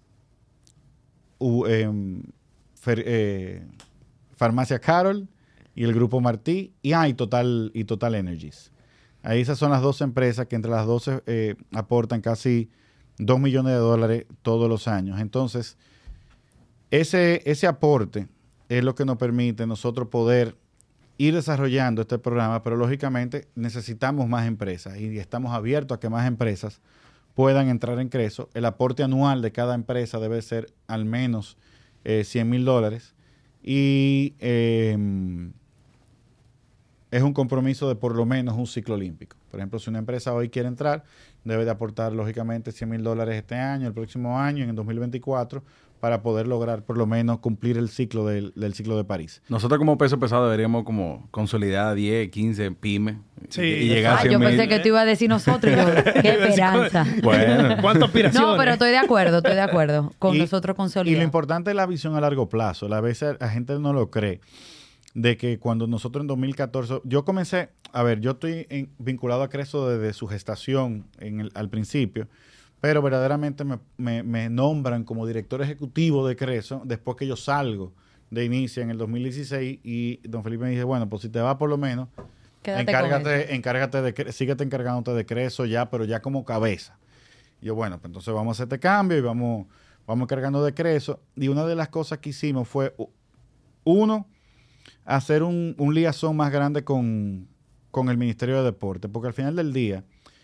U- em, Fer- eh, Farmacia Carol y el Grupo Martí y, ah, y, Total, y Total Energies. Ahí esas son las dos empresas que entre las doce eh, aportan casi dos millones de dólares todos los años. Entonces, ese, ese aporte es lo que nos permite nosotros poder ir desarrollando este programa, pero lógicamente necesitamos más empresas y estamos abiertos a que más empresas puedan entrar en Creso. El aporte anual de cada empresa debe ser al menos eh, cien mil dólares y eh, es un compromiso de por lo menos un ciclo olímpico. Por ejemplo, si una empresa hoy quiere entrar, debe de aportar lógicamente cien mil dólares este año, el próximo año, en el dos mil veinticuatro, para poder lograr por lo menos cumplir el ciclo del, del ciclo de París. Nosotros como peso pesado deberíamos como consolidar diez, quince pymes Sí. y, y llegar Ah, a cien yo mil. pensé que tú ibas a decir nosotros. y yo, qué esperanza. Bueno, ¿Cuántas aspiraciones? No, pero estoy de acuerdo, estoy de acuerdo con Y- nosotros Y consolidar. lo importante es la visión a largo plazo. A veces la gente no lo cree. De que cuando nosotros en dos mil catorce, yo comencé, a ver, yo estoy en- vinculado a Creso desde su gestación en el- al principio, pero verdaderamente me, me- me nombran como director ejecutivo de Creso después que yo salgo de Inicia en el dos mil dieciséis y don Felipe me dice, bueno, pues si te va por lo menos, Quédate con eso. encárgate, encárgate de, Cre- síguete encargándote de Creso ya, pero ya como cabeza. Y yo, bueno, pues entonces vamos a hacer este cambio y vamos, vamos encargando de Creso. Y una de las cosas que hicimos fue, u- uno, hacer un, un liazón más grande con, con el Ministerio de Deporte, porque al final del día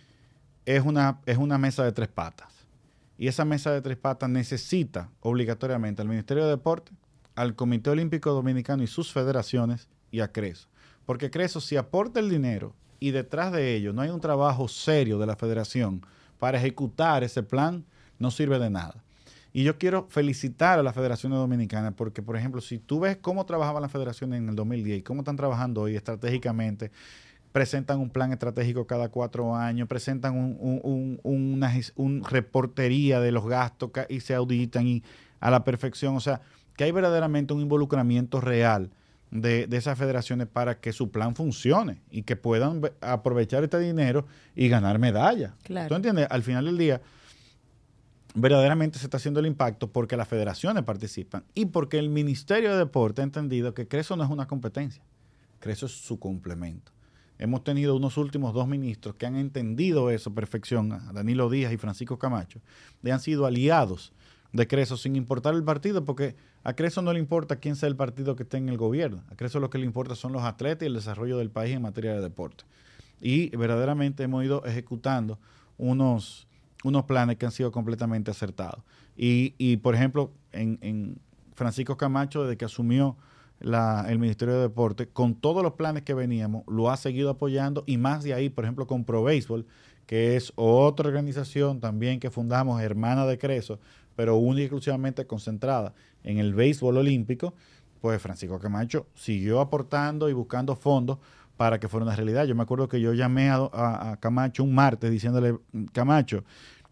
es una, es una mesa de tres patas. Y esa mesa de tres patas necesita obligatoriamente al Ministerio de Deporte, al Comité Olímpico Dominicano y sus federaciones y a Creso. Porque Creso, si aporta el dinero y detrás de ello no hay un trabajo serio de la federación para ejecutar ese plan, no sirve de nada. Y yo quiero felicitar a la Federación Dominicana porque, por ejemplo, si tú ves cómo trabajaban las federaciones en el dos mil diez y cómo están trabajando hoy estratégicamente, presentan un plan estratégico cada cuatro años, presentan un, un, un, una un reportería de los gastos ca- y se auditan y a la perfección. O sea, que hay verdaderamente un involucramiento real de, de esas federaciones para que su plan funcione y que puedan ve- aprovechar este dinero y ganar medallas. Claro. ¿Tú entiendes? Al final del día, verdaderamente se está haciendo el impacto porque las federaciones participan y porque el Ministerio de Deporte ha entendido que Creso no es una competencia, Creso es su complemento. Hemos tenido unos últimos dos ministros que han entendido eso a perfección, a Danilo Díaz y Francisco Camacho, y han sido aliados de Creso sin importar el partido, porque a Creso no le importa quién sea el partido que esté en el gobierno, a Creso lo que le importa son los atletas y el desarrollo del país en materia de deporte. Y verdaderamente hemos ido ejecutando unos, unos planes que han sido completamente acertados. Y, y por ejemplo, en, en Francisco Camacho, desde que asumió La, el Ministerio de Deporte, con todos los planes que veníamos, lo ha seguido apoyando y más de ahí, por ejemplo, con Pro Béisbol, que es otra organización también que fundamos, hermana de Creso, pero única y exclusivamente concentrada en el béisbol olímpico, pues Francisco Camacho siguió aportando y buscando fondos para que fuera una realidad. Yo me acuerdo que yo llamé a, a, a Camacho un martes diciéndole, Camacho,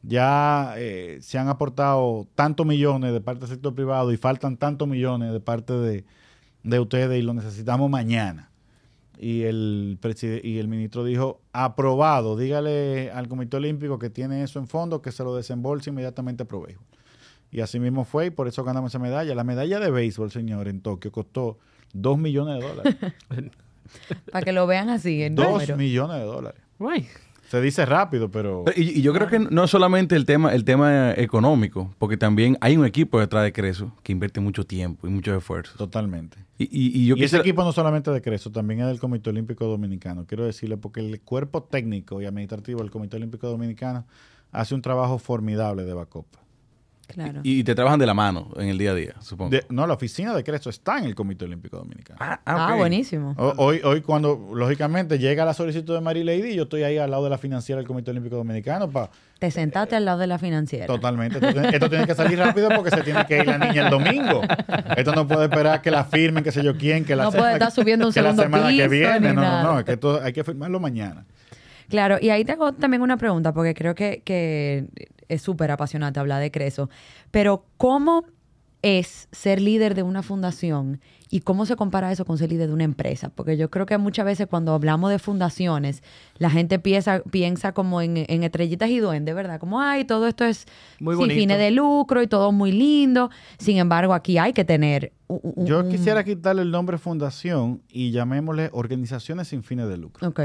ya eh, se han aportado tantos millones de parte del sector privado y faltan tantos millones de parte de de ustedes y lo necesitamos mañana. Y el, preside- y el ministro dijo, aprobado, dígale al Comité Olímpico que tiene eso en fondo, que se lo desembolse inmediatamente a Pro Béisbol. Y así mismo fue y por eso ganamos esa medalla. La medalla de béisbol, señor, en Tokio costó dos millones de dólares. Para que lo vean así, en dos número. millones de dólares. Uy. Se dice rápido, pero... Y, y yo creo que no solamente el tema, el tema económico, porque también hay un equipo detrás de Creso que invierte mucho tiempo y muchos esfuerzos. Totalmente. Y, y, y, yo y quisiera... ese equipo no solamente de Creso, también es del Comité Olímpico Dominicano. Quiero decirle, porque el cuerpo técnico y administrativo del Comité Olímpico Dominicano hace un trabajo formidable de backup. Claro. Y, y te trabajan de la mano en el día a día, supongo. De, no, la oficina de Creso está en el Comité Olímpico Dominicano. Ah, Ah, ok. buenísimo. O- Hoy, hoy cuando, lógicamente, llega la solicitud de Mary Lady, yo estoy ahí al lado de la financiera del Comité Olímpico Dominicano para... Te sentaste al lado de la financiera. Totalmente. Esto, tiene- esto tiene que salir rápido porque se tiene que ir la niña el domingo. Esto no puede esperar que la firmen, qué sé yo quién, que la, No puede estar subiendo un que la segundo semana que piso, viene. ni No, no, nada. no. Es que esto hay que firmarlo mañana. Claro, y ahí te hago también una pregunta, porque creo que, que es súper apasionante hablar de Creso. Pero, ¿cómo es ser líder de una fundación y cómo se compara eso con ser líder de una empresa? Porque yo creo que muchas veces cuando hablamos de fundaciones, la gente piensa, piensa como en, en estrellitas y duendes, ¿verdad? Como, ay, todo esto es Muy sin bonito. fines de lucro y todo muy lindo. Sin embargo, aquí hay que tener... un- un- Yo un- quisiera quitarle el nombre fundación y llamémosle organizaciones sin fines de lucro. Ok,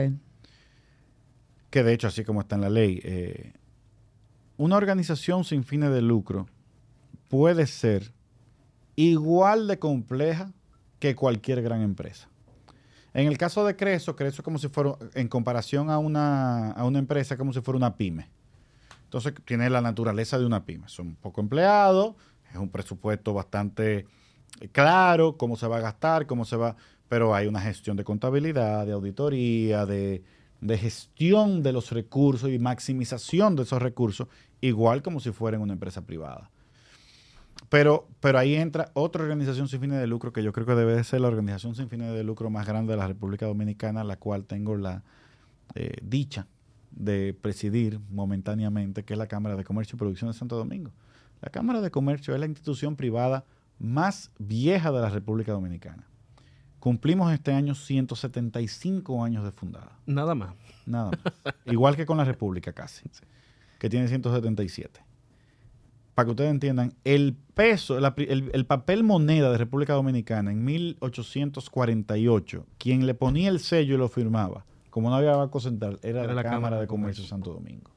Que de hecho, así como está en la ley, eh, una organización sin fines de lucro puede ser igual de compleja que cualquier gran empresa. En el caso de Creso, Creso es como si fuera, en comparación a una, a una empresa, como si fuera una pyme. Entonces, tiene la naturaleza de una pyme. Son pocos empleados, es un presupuesto bastante claro, cómo se va a gastar, cómo se va... Pero hay una gestión de contabilidad, de auditoría, de, de gestión de los recursos y maximización de esos recursos, igual como si fuera en una empresa privada. Pero, pero ahí entra otra organización sin fines de lucro que yo creo que debe de ser la organización sin fines de lucro más grande de la República Dominicana, la cual tengo la eh, dicha de presidir momentáneamente, que es la Cámara de Comercio y Producción de Santo Domingo. La Cámara de Comercio es la institución privada más vieja de la República Dominicana. Cumplimos este año ciento setenta y cinco años de fundada. Nada más. Nada más. Igual que con la República casi, que tiene ciento setenta y siete. Para que ustedes entiendan, el peso, la pri- el, el papel moneda de República Dominicana en mil ochocientos cuarenta y ocho, quien le ponía el sello y lo firmaba, como no había Banco Central, era, Era la, la Cámara, Cámara de de Comercio de Comercio. Santo Domingo.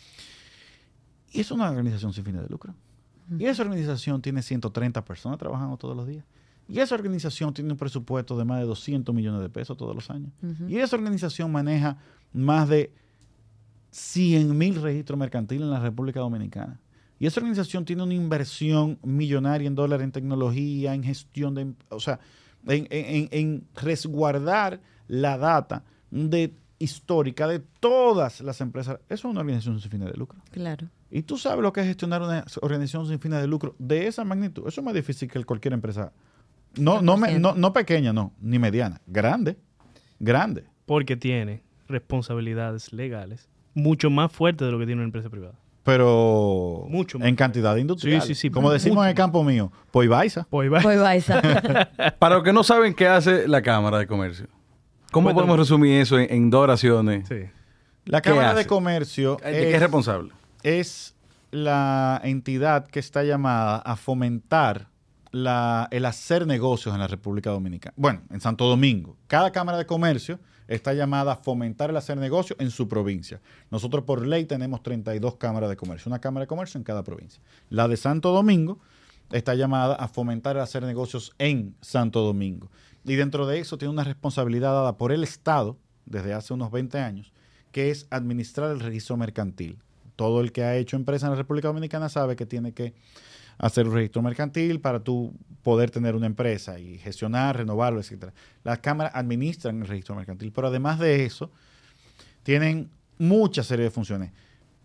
Y es una organización sin fines de lucro. Y esa organización tiene ciento treinta personas trabajando todos los días. Y esa organización tiene un presupuesto de más de doscientos millones de pesos todos los años. Ujú. Y esa organización maneja más de cien mil registros mercantiles en la República Dominicana. Y esa organización tiene una inversión millonaria en dólares, en tecnología, en gestión de... O sea, en, en- en resguardar la data de, histórica de todas las empresas. Eso es una organización sin fines de lucro. claro. Y tú sabes lo que es gestionar una organización sin fines de lucro de esa magnitud. Eso es más difícil que cualquier empresa. No, no, me- no, no pequeña, no, ni mediana. Grande. Grande. Porque tiene responsabilidades legales mucho más fuertes de lo que tiene una empresa privada. Pero Mucho más. en cantidad industrial. Sí, sí, sí, Como mucho decimos en el más. campo mío, pues Baiza. Pues va. Pues Baiza. Para los que no saben qué hace la Cámara de Comercio, ¿cómo Cuéntame. podemos resumir eso en, en dos oraciones? Sí. La ¿Qué Cámara de hace? Comercio ¿De qué es es, responsable? es la entidad que está llamada a fomentar la- el hacer negocios en la República Dominicana. Bueno, en Santo Domingo. Cada Cámara de Comercio está llamada a fomentar el hacer negocios en su provincia. Nosotros por ley tenemos treinta y dos cámaras de comercio, una Cámara de Comercio en cada provincia. La de Santo Domingo está llamada a fomentar el hacer negocios en Santo Domingo. Y dentro de eso tiene una responsabilidad dada por el Estado desde hace unos veinte años, que es administrar el registro mercantil. Todo el que ha hecho empresa en la República Dominicana sabe que tiene que hacer un registro mercantil para tú poder tener una empresa y gestionar, renovarlo, etcétera. Las cámaras administran el registro mercantil, pero además de eso, tienen mucha serie de funciones.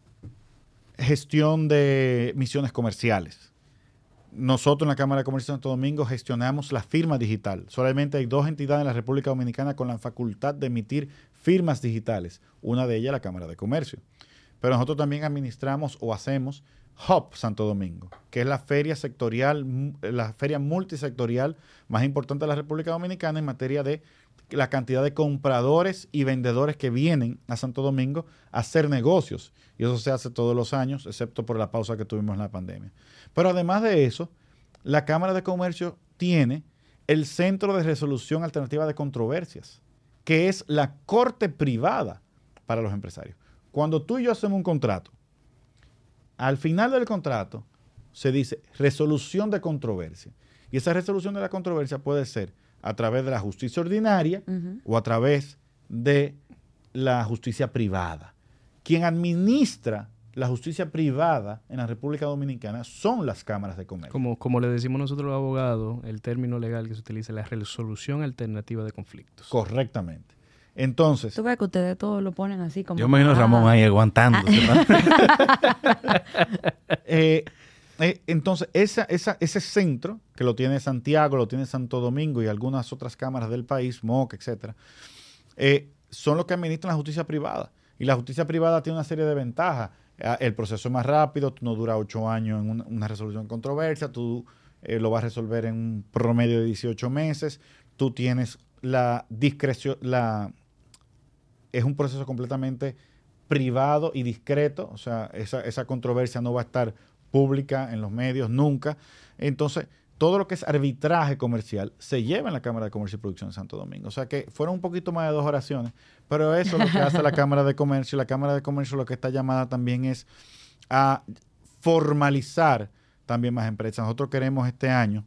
Gestión de misiones comerciales. Nosotros en la Cámara de Comercio de Santo Domingo gestionamos la firma digital. Solamente hay dos entidades en la República Dominicana con la facultad de emitir firmas digitales. Una de ellas la Cámara de Comercio. Pero nosotros también administramos o hacemos Hub Santo Domingo, que es la feria sectorial, mu- la feria multisectorial más importante de la República Dominicana en materia de la cantidad de compradores y vendedores que vienen a Santo Domingo a hacer negocios. Y eso se hace todos los años, excepto por la pausa que tuvimos en la pandemia. Pero además de eso, la Cámara de Comercio tiene el Centro de Resolución Alternativa de Controversias, que es la corte privada para los empresarios. cuando tú y yo hacemos un contrato, al final del contrato se dice resolución de controversia. Y esa resolución de la controversia puede ser a través de la justicia ordinaria uh-huh. o a través de la justicia privada. Quien administra la justicia privada en la República Dominicana son las cámaras de comercio. Como, como le decimos nosotros los abogados, el término legal que se utiliza es la resolución alternativa de conflictos. Correctamente. Entonces... Tú ves que ustedes todos lo ponen así como... Yo me imagino a Ramón ahí aguantando. eh, eh, entonces, esa, esa, ese centro, que lo tiene Santiago, lo tiene Santo Domingo y algunas otras cámaras del país, M O C, etcétera, eh, son los que administran la justicia privada. Y la justicia privada tiene una serie de ventajas. El proceso es más rápido, tú no dura ocho años en una, una resolución de controversia, tú eh, lo vas a resolver en un promedio de dieciocho meses, tú tienes la discreción, la... es un proceso completamente privado y discreto, o sea, esa, esa controversia no va a estar pública en los medios nunca. Entonces, todo lo que es arbitraje comercial se lleva en la Cámara de Comercio y Producción de Santo Domingo. O sea que fueron un poquito más de dos oraciones, pero eso es lo que hace la Cámara de Comercio. La Cámara de Comercio lo que está llamada también es a formalizar también más empresas. Nosotros queremos este año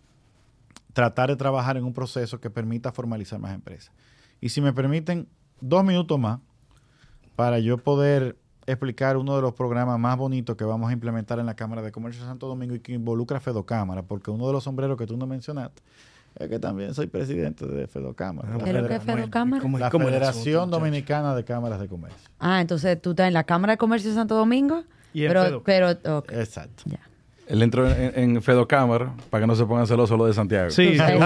tratar de trabajar en un proceso que permita formalizar más empresas. Y si me permiten dos minutos más para yo poder explicar uno de los programas más bonitos que vamos a implementar en la Cámara de Comercio de Santo Domingo y que involucra a Fedocámara, porque uno de los sombreros que tú no mencionaste es que también soy presidente de Fedocámara. ¿Qué es lo que es Fedocámara? La Federación Dominicana de Cámaras de Comercio. Ah, entonces tú estás en la Cámara de Comercio de Santo Domingo. Y en pero, Fedocámara. pero okay. Exacto. Ya. Él entró en, en Fedocámara para que no se pongan celosos los de Santiago. Sí, seguro,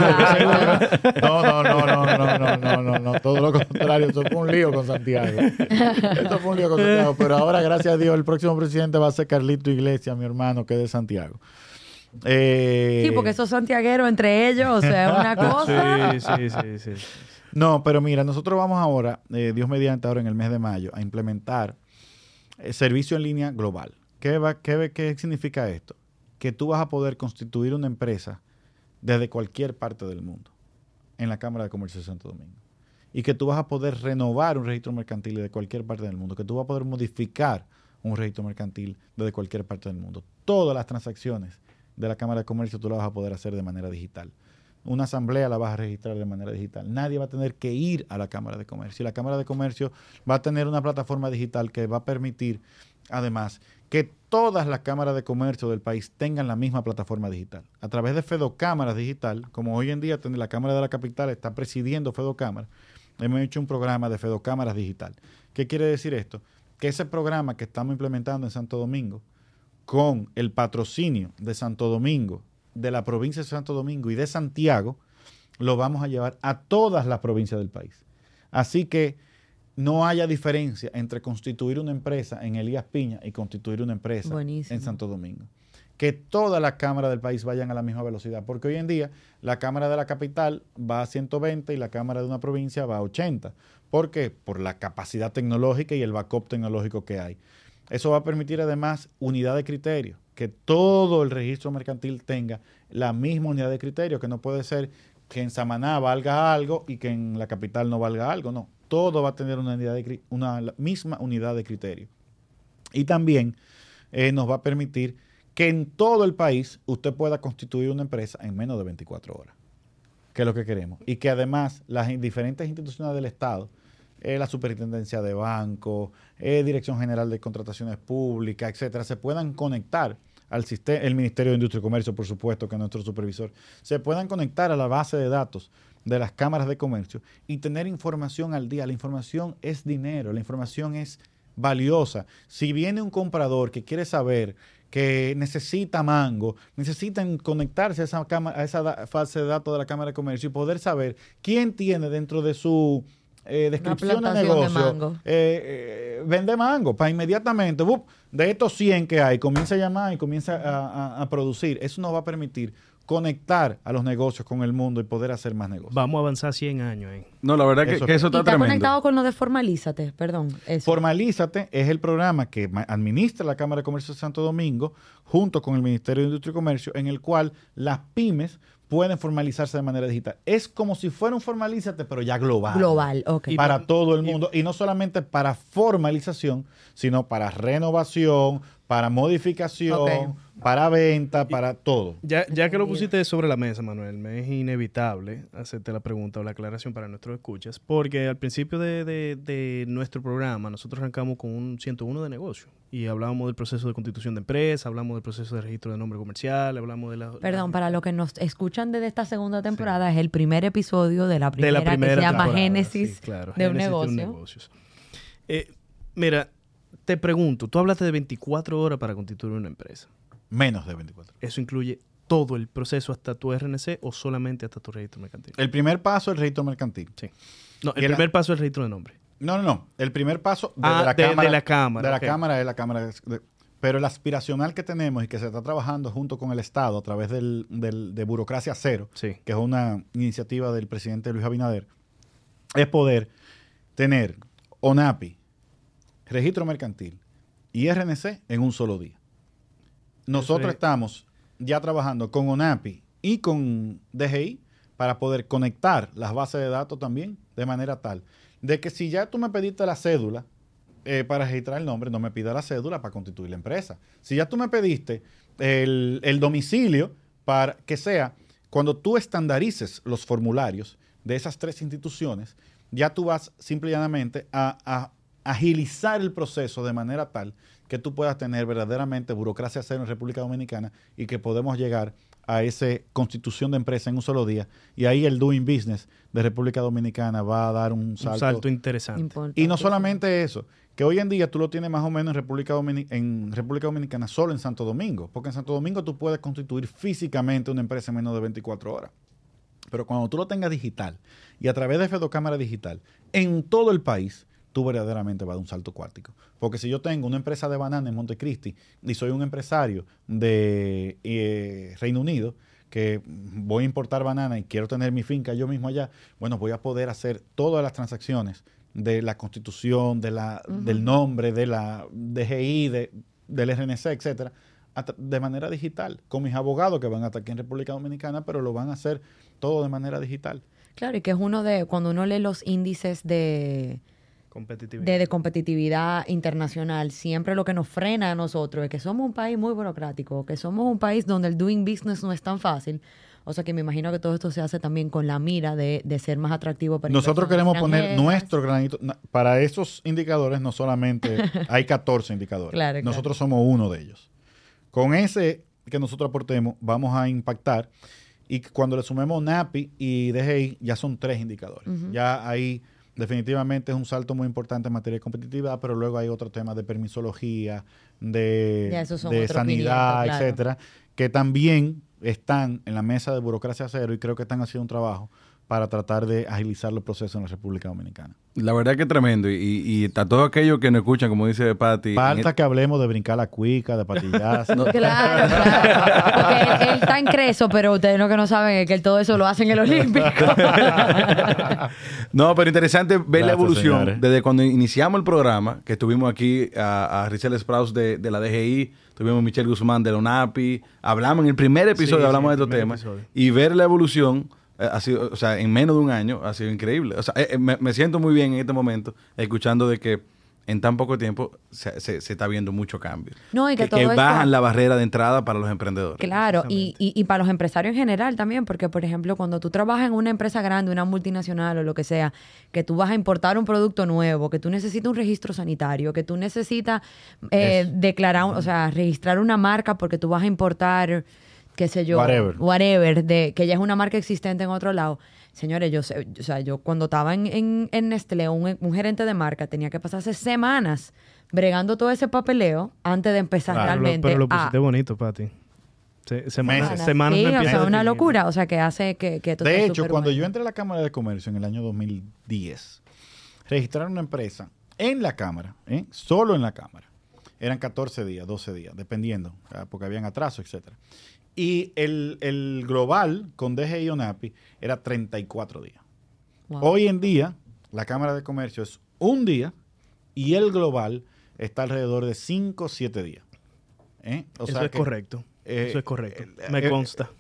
no, no, no, no, no, no, no, no, no, todo lo contrario, eso fue un lío con Santiago. Esto fue un lío con Santiago, pero ahora, gracias a Dios, el próximo presidente va a ser Carlito Iglesias, mi hermano, que es de Santiago. Eh... Sí, porque esos santiagueros entre ellos, o sea, es una cosa. Sí, sí, sí, sí. No, pero mira, nosotros vamos ahora, eh, Dios mediante, ahora en el mes de mayo, a implementar eh, servicio en línea global. ¿Qué, va, qué, ¿Qué significa esto? Que tú vas a poder constituir una empresa desde cualquier parte del mundo en la Cámara de Comercio de Santo Domingo. Y que tú vas a poder renovar un registro mercantil de cualquier parte del mundo. Que tú vas a poder modificar un registro mercantil desde cualquier parte del mundo. Todas las transacciones de la Cámara de Comercio tú las vas a poder hacer de manera digital. Una asamblea la vas a registrar de manera digital. Nadie va a tener que ir a la Cámara de Comercio. Y la Cámara de Comercio va a tener una plataforma digital que va a permitir, además, que todas las cámaras de comercio del país tengan la misma plataforma digital. A través de Fedocámaras Digital, como hoy en día la Cámara de la Capital está presidiendo Fedocámara, hemos hecho un programa de Fedocámaras Digital. ¿Qué quiere decir esto? Que ese programa que estamos implementando en Santo Domingo, con el patrocinio de Santo Domingo, de la provincia de Santo Domingo y de Santiago, lo vamos a llevar a todas las provincias del país. Así que no haya diferencia entre constituir una empresa en Elías Piña y constituir una empresa Buenísimo. En Santo Domingo. Que todas las cámaras del país vayan a la misma velocidad, porque hoy en día la Cámara de la Capital va a ciento veinte y la Cámara de una provincia va a ochenta. ¿Por qué? Por la capacidad tecnológica y el backup tecnológico que hay. Eso va a permitir además unidad de criterio, que todo el registro mercantil tenga la misma unidad de criterio, que no puede ser que en Samaná valga algo y que en la capital no valga algo, no. Todo va a tener una, unidad de, una misma unidad de criterio. Y también eh, nos va a permitir que en todo el país usted pueda constituir una empresa en menos de veinticuatro horas, que es lo que queremos. Y que además las diferentes instituciones del Estado, eh, la Superintendencia de Banco, eh, Dirección General de Contrataciones Públicas, etcétera, se puedan conectar al sistema, el Ministerio de Industria y Comercio, por supuesto, que es nuestro supervisor, se puedan conectar a la base de datos de las cámaras de comercio y tener información al día. La información es dinero, la información es valiosa. Si viene un comprador que quiere saber que necesita mango, necesitan conectarse a esa, cámara, a esa da, fase de datos de la Cámara de Comercio y poder saber quién tiene dentro de su eh, descripción de negocio, de mango. Eh, eh, vende mango, para inmediatamente, ¡bup! De estos cien que hay, comienza a llamar y comienza a, a, a producir. Eso nos va a permitir conectar a los negocios con el mundo y poder hacer más negocios. Vamos a avanzar cien años. ¿eh? No, la verdad eso que, que eso está, está tremendo. conectado con lo de Formalízate, perdón. Eso. Formalízate es el programa que administra la Cámara de Comercio de Santo Domingo junto con el Ministerio de Industria y Comercio, en el cual las pymes pueden formalizarse de manera digital. Es como si fuera un formalízate, pero ya global. Global, ok. Para todo el mundo. Y no solamente para formalización, sino para renovación, para modificación, Ok. para venta, para todo. Ya, ya que lo Entendido. pusiste sobre la mesa, Manuel, me es inevitable hacerte la pregunta o la aclaración para nuestros escuchas, porque al principio de, de- de nuestro programa nosotros arrancamos con un ciento uno de negocio y hablábamos del proceso de constitución de empresa, hablamos del proceso de registro de nombre comercial, hablamos de la... Perdón, la- para los que nos escuchan desde esta segunda temporada, es el primer episodio de la de primera, la primera que se llama temporada, Génesis sí, claro, de un Génesis negocio. negocios. Eh, mira, te pregunto, tú hablaste de veinticuatro horas para constituir una empresa. Menos de veinticuatro. ¿Eso incluye todo el proceso hasta tu R N C o solamente hasta tu registro mercantil? El primer paso es el registro mercantil. Sí. No, el Y la- primer paso es el registro de nombre. No, no, no. El primer paso de, Ah, la, de- de cámara, la Cámara, de la ok. Cámara es la Cámara. de- de- pero el aspiracional que tenemos y que se está trabajando junto con el Estado a través del, del- de Burocracia Cero, Sí. que es una iniciativa del presidente Luis Abinader, es poder tener ONAPI, registro mercantil y R N C en un solo día. Nosotros es- estamos ya trabajando con ONAPI y con D G I para poder conectar las bases de datos también de manera tal de que si ya tú me pediste la cédula eh, para registrar el nombre, no me pida la cédula para constituir la empresa. Si ya tú me pediste el, el domicilio para que sea, cuando tú estandarices los formularios de esas tres instituciones, ya tú vas simple y llanamente a, a agilizar el proceso de manera tal que tú puedas tener verdaderamente burocracia cero en República Dominicana y que podemos llegar a esa constitución de empresa en un solo día. Y ahí el doing business de República Dominicana va a dar un salto. Un salto interesante. Importante. Y no solamente eso, que hoy en día tú lo tienes más o menos en República, Domini- en República Dominicana solo en Santo Domingo, porque en Santo Domingo tú puedes constituir físicamente una empresa en menos de veinticuatro horas. Pero cuando tú lo tengas digital y a través de Fedocámara Digital, en todo el país, tú verdaderamente vas a dar un salto cuántico. Porque si yo tengo una empresa de banana en Montecristi y soy un empresario de eh, Reino Unido, que voy a importar banana y quiero tener mi finca yo mismo allá, bueno, voy a poder hacer todas las transacciones de la constitución, de la, Ujú. del nombre, de la D G I, de, del R N C, etcétera, a tra- de manera digital, con mis abogados que van hasta aquí en República Dominicana, pero lo van a hacer todo de manera digital. Claro, y que es uno de, cuando uno lee los índices de, Competitividad. de, de competitividad internacional, siempre lo que nos frena a nosotros es que somos un país muy burocrático, que somos un país donde el doing business no es tan fácil. O sea que me imagino que todo esto se hace también con la mira de, de ser más atractivo para Nosotros inversiones queremos poner extranjeras. nuestro granito. na- Para esos indicadores no solamente hay catorce indicadores. Claro, claro. Nosotros somos uno de ellos. Con ese que nosotros aportemos, vamos a impactar. Y cuando le sumemos NAPI y D G I, ya son tres indicadores. Ujú. Ya ahí definitivamente es un salto muy importante en materia de competitividad, pero luego hay otros temas de permisología, de, Ya, esos son de otros sanidad, quinientos, claro. etcétera, que también están en la mesa de burocracia cero y creo que están haciendo un trabajo para tratar de agilizar los procesos en la República Dominicana. La verdad que es tremendo. Y, y, y a todos aquellos que nos escuchan, como dice Pati. Falta en- que hablemos de brincar la cuica, de patillas. No. Claro, claro. Porque él, él está en Creso, pero ustedes lo que no saben es que él todo eso lo hace en el Olímpico. No, pero interesante ver la Gracias, evolución señores. desde cuando iniciamos el programa, que estuvimos aquí a, a Richel Sprouse de, de la D G I, tuvimos a Michelle Guzmán de la ONAPI, hablamos en el primer episodio, Sí, hablamos sí, de el estos primer temas, episodio. y ver la evolución, eh, ha sido, o sea, en menos de un año, ha sido increíble. O sea, eh, eh, me, me siento muy bien en este momento, escuchando de que en tan poco tiempo se, se- se está viendo mucho cambio. No, y que que, todo que esto- bajan la barrera de entrada para los emprendedores. Claro, y, y, y para los empresarios en general también, porque por ejemplo, cuando tú trabajas en una empresa grande, una multinacional o lo que sea, que tú vas a importar un producto nuevo, que tú necesitas un registro sanitario, que tú necesitas eh, Eso. declarar, un- o sea, registrar una marca porque tú vas a importar, qué sé yo, Whatever. whatever, de, que ya es una marca existente en otro lado. Señores, yo sé, o sea, yo cuando estaba en, en, en Nestlé, un, un gerente de marca tenía que pasarse semanas bregando todo ese papeleo antes de empezar Claro, Pero lo- realmente pero lo a... pusiste bonito, Pati. Se, semanas, Meses. semanas Sí, no o empieza sea, una definido. locura. O sea, que hace que, que esto De esté hecho, súper cuando bueno. yo entré a la Cámara de Comercio en el año dos mil diez, registrar una empresa en la Cámara, ¿eh? solo en la Cámara, eran catorce días, doce días, dependiendo, ¿verdad? Porque habían atrasos, etcétera. Y el, el global con D G I y ONAPI era treinta y cuatro días. Wow. Hoy en día, la Cámara de Comercio es un día y el global está alrededor de cinco o siete días. ¿Eh? O Eso sea es que, correcto. eh, Eso es correcto. eh, Me eh, consta.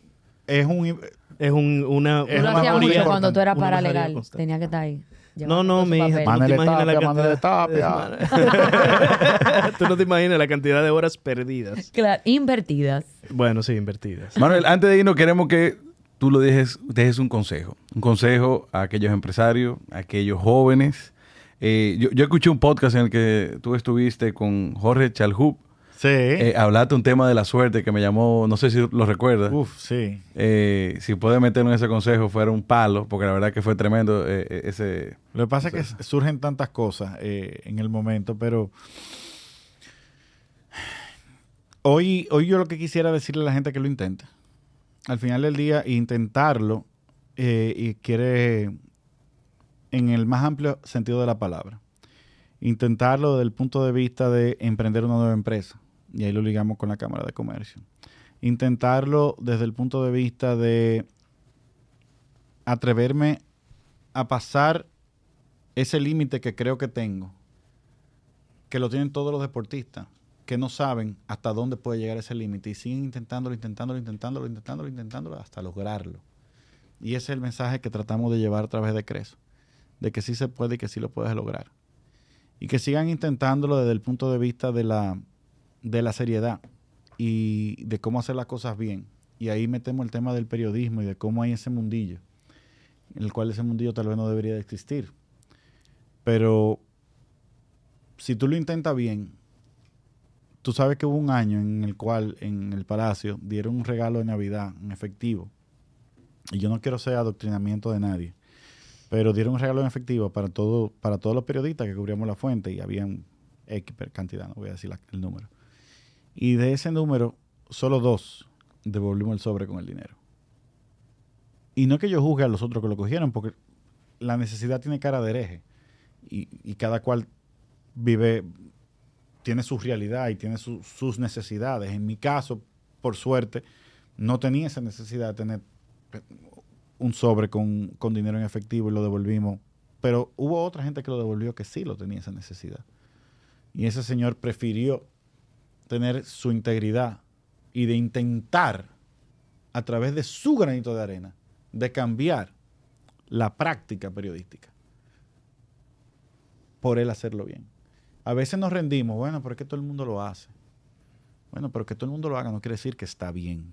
es un... Es un, una... Es Tú lo una hacías mejoría mucho cuando tú eras una mejoría paralegal. constante. Tenía que estar ahí. No, no, mi hija, tú no te Manele imaginas la Tapia, Manele cantidad... Tú no te imaginas la cantidad de horas perdidas. Claro, invertidas. Bueno, sí, invertidas. Manuel, antes de irnos queremos que tú lo dejes, dejes un consejo. Un consejo a aquellos empresarios, a aquellos jóvenes. Eh, yo, yo escuché un podcast en el que tú estuviste con Jorge Chalhub. Sí. Eh, hablaste un tema de la suerte que me llamó, no sé si lo recuerdas. Uf, sí. Eh, si puedes meternos en ese consejo, fuera un palo, porque la verdad que fue tremendo eh, ese... Lo que pasa es que surgen tantas cosas eh, en el momento, pero hoy, hoy yo lo que quisiera decirle a la gente que lo intente. Al final del día, intentarlo eh, y quiere, en el más amplio sentido de la palabra, intentarlo desde el punto de vista de emprender una nueva empresa. Y ahí lo ligamos con la Cámara de Comercio. Intentarlo desde el punto de vista de atreverme a pasar ese límite que creo que tengo, que lo tienen todos los deportistas, que no saben hasta dónde puede llegar ese límite y siguen intentándolo, intentándolo, intentándolo, intentándolo, intentándolo hasta lograrlo. Y ese es el mensaje que tratamos de llevar a través de Creso, de que sí se puede y que sí lo puedes lograr. Y que sigan intentándolo desde el punto de vista de la, de la seriedad y de cómo hacer las cosas bien. Y ahí metemos el tema del periodismo y de cómo hay ese mundillo, en el cual ese mundillo tal vez no debería de existir. Pero si tú lo intentas bien, tú sabes que hubo un año en el cual en el Palacio dieron un regalo de Navidad en efectivo. Y yo no quiero ser adoctrinamiento de nadie, pero dieron un regalo en efectivo para, todo, para todos los periodistas que cubríamos la fuente y habían X cantidad, no voy a decir la, el número. Y de ese número, solo dos devolvimos el sobre con el dinero. Y no es que yo juzgue a los otros que lo cogieron, porque la necesidad tiene cara de hereje. Y, y cada cual vive, tiene su realidad y tiene su, sus necesidades. En mi caso, por suerte, no tenía esa necesidad de tener un sobre con, con dinero en efectivo y lo devolvimos. Pero hubo otra gente que lo devolvió que sí lo tenía esa necesidad. Y ese señor prefirió tener su integridad y de intentar, a través de su granito de arena, de cambiar la práctica periodística por él hacerlo bien. A veces nos rendimos, bueno, pero es que todo el mundo lo hace. Bueno, pero que todo el mundo lo haga no quiere decir que está bien.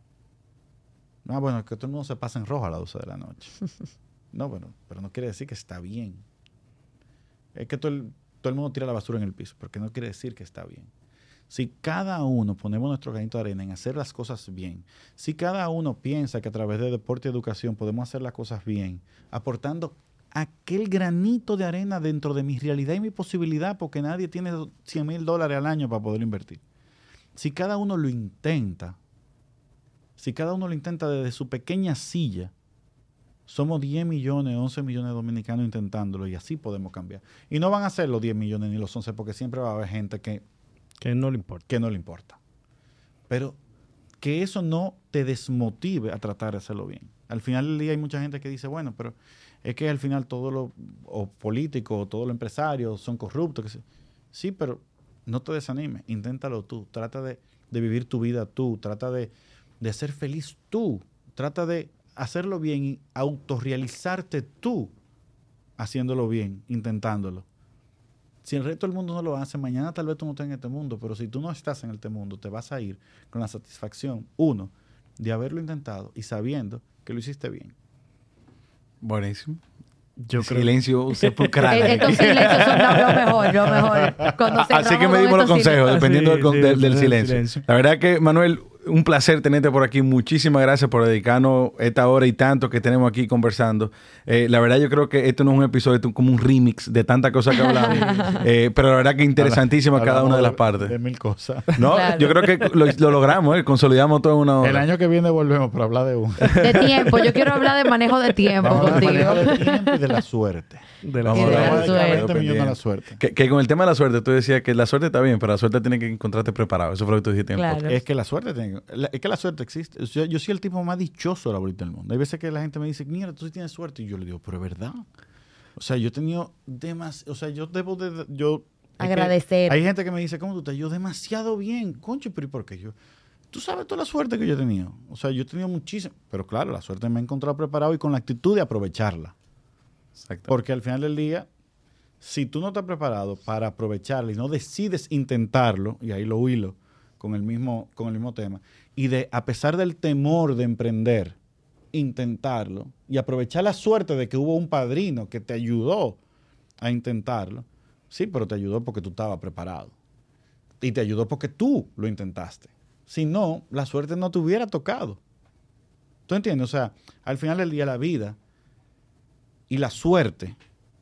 No, bueno, que todo el mundo se pasa en rojo a las doce de la noche. No, bueno, pero no quiere decir que está bien. Es que todo el, todo el mundo tira la basura en el piso, porque no quiere decir que está bien. Si cada uno ponemos nuestro granito de arena en hacer las cosas bien, si cada uno piensa que a través de deporte y educación podemos hacer las cosas bien, aportando aquel granito de arena dentro de mi realidad y mi posibilidad, porque nadie tiene cien mil dólares al año para poder invertir. Si cada uno lo intenta, si cada uno lo intenta desde su pequeña silla, somos diez millones, once millones de dominicanos intentándolo y así podemos cambiar. Y no van a ser los diez millones ni los once, porque siempre va a haber gente que Que no le importa. que no le importa. Pero que eso no te desmotive a tratar de hacerlo bien. Al final del día hay mucha gente que dice, bueno, pero es que al final todos los políticos, todos los empresarios son corruptos. Que se... Sí, pero no te desanimes. Inténtalo tú. Trata de, de vivir tu vida tú. Trata de, de ser feliz tú. Trata de hacerlo bien y autorrealizarte tú haciéndolo bien, intentándolo. Si el resto del mundo no lo hace, mañana tal vez tú no estés en este mundo, pero si tú no estás en este mundo, te vas a ir con la satisfacción, uno, de haberlo intentado y sabiendo que lo hiciste bien. Buenísimo. Yo creo Silencio sepulcral. Eh, Estos silencios son lo lo mejor, lo mejor. Cuando Así que cerramos medimos con los estos consejos, silencios. dependiendo Sí, del, con- sí, del- del sí, silencio. silencio. La verdad que, Manuel, un placer tenerte por aquí. Muchísimas gracias por dedicarnos esta hora y tanto que tenemos aquí conversando. Eh, la verdad, yo creo que esto no es un episodio, esto es como un remix de tantas cosas que hablamos. Eh, pero la verdad que interesantísima cada una de las partes. De mil cosas. No, Claro. yo creo que lo, lo logramos, eh, consolidamos todo en una hora. El año que viene volvemos para hablar de uno. De tiempo, yo quiero hablar de manejo de tiempo Vamos a hablar contigo. de tiempo y de la suerte. de la Vamos Y a de hablar la de suerte. veinte millones a la suerte. Que, que con el tema de la suerte, tú decías que la suerte está bien, pero la suerte tiene que encontrarte preparado. Eso fue lo que tú dijiste en el Claro. podcast. Es que la suerte tiene, la- es que la suerte existe. Yo, yo soy el tipo más dichoso ahorita del mundo. Hay veces que la gente me dice, mira, tú sí tienes suerte. Y yo le digo, pero es verdad. O sea, yo he tenido demasiado, o sea, yo debo de, yo... es que Agradecer. hay gente que me dice, ¿cómo tú estás? Yo demasiado bien. Concho, pero ¿y por qué? Yo, tú sabes toda la suerte que yo he tenido. O sea, yo he tenido muchísima, pero claro, la suerte me ha encontrado preparado y con la actitud de aprovecharla. Exacto. Porque al final del día, si tú no estás preparado para aprovecharla y no decides intentarlo, y ahí lo hilo con el mismo, con el mismo tema, y de, a pesar del temor de emprender, intentarlo y aprovechar la suerte de que hubo un padrino que te ayudó a intentarlo, sí, pero te ayudó porque tú estabas preparado. Y te ayudó porque tú lo intentaste. Si no, la suerte no te hubiera tocado. ¿Tú entiendes? O sea, al final del día la vida y la suerte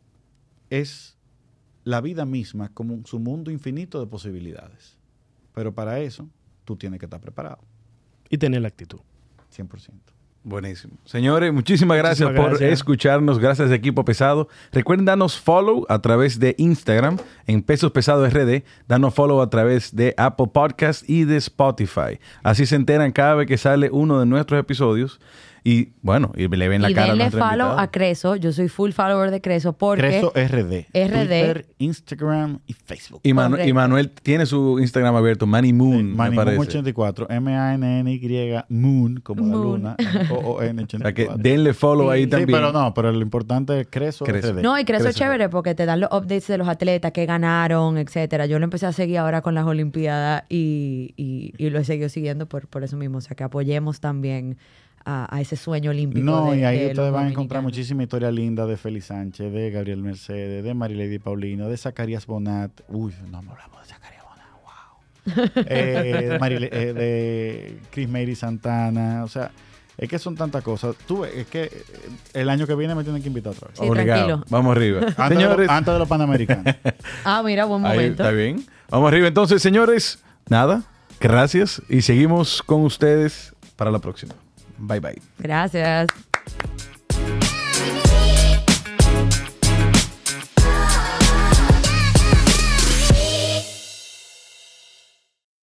es la vida misma como su mundo infinito de posibilidades. Pero para eso, tú tienes que estar preparado. Y tener la actitud. cien por ciento. Buenísimo. Señores, muchísimas gracias Muchísimas por gracias. escucharnos. Gracias, Equipo Pesado. Recuerden darnos follow a través de Instagram en Pesos Pesados R D. Danos follow a través de Apple Podcast y de Spotify. Así se enteran cada vez que sale uno de nuestros episodios. Y bueno, y le ven la y cara a denle nuestra follow invitada. a Creso. Yo soy full follower de Creso porque... Creso R D. R D. Twitter, Instagram y Facebook. Y, Manu- Correcto. y Manuel tiene su Instagram abierto, Manny Moon, me Manny parece. Moon ochenta y cuatro. M A N N Y Moon, como la Moon. luna. O O N O ochenta sea y que cuatro. denle follow Sí. ahí Sí, también. Sí, pero no, pero lo importante es Creso, Creso. R D. No, y Creso es Creso. chévere porque te dan los updates de los atletas que ganaron, etcétera. Yo lo empecé a seguir ahora con las Olimpiadas y, y, y lo he seguido siguiendo por, por eso mismo. O sea, que apoyemos también a, a ese sueño olímpico. No, de- y ahí de ustedes los van a encontrar dominicanos. muchísima historia linda de Félix Sánchez, de Gabriel Mercedes, de Marilady Paulino, de Zacarías Bonat. Uy, no me hablamos de Zacarías Bonat, wow. eh, de, Marile- eh, de Chris Mary Santana, o sea, es que son tantas cosas. Tú ves, es que eh, el año que viene me tienen que invitar otra vez. Sí, Obligado. tranquilo. Vamos arriba. Antes, Señores, de los, antes de los Panamericanos. Ah, mira, buen ahí momento. está bien. Vamos arriba entonces, señores. Nada, gracias. Y seguimos con ustedes para la próxima. Bye, bye. Gracias.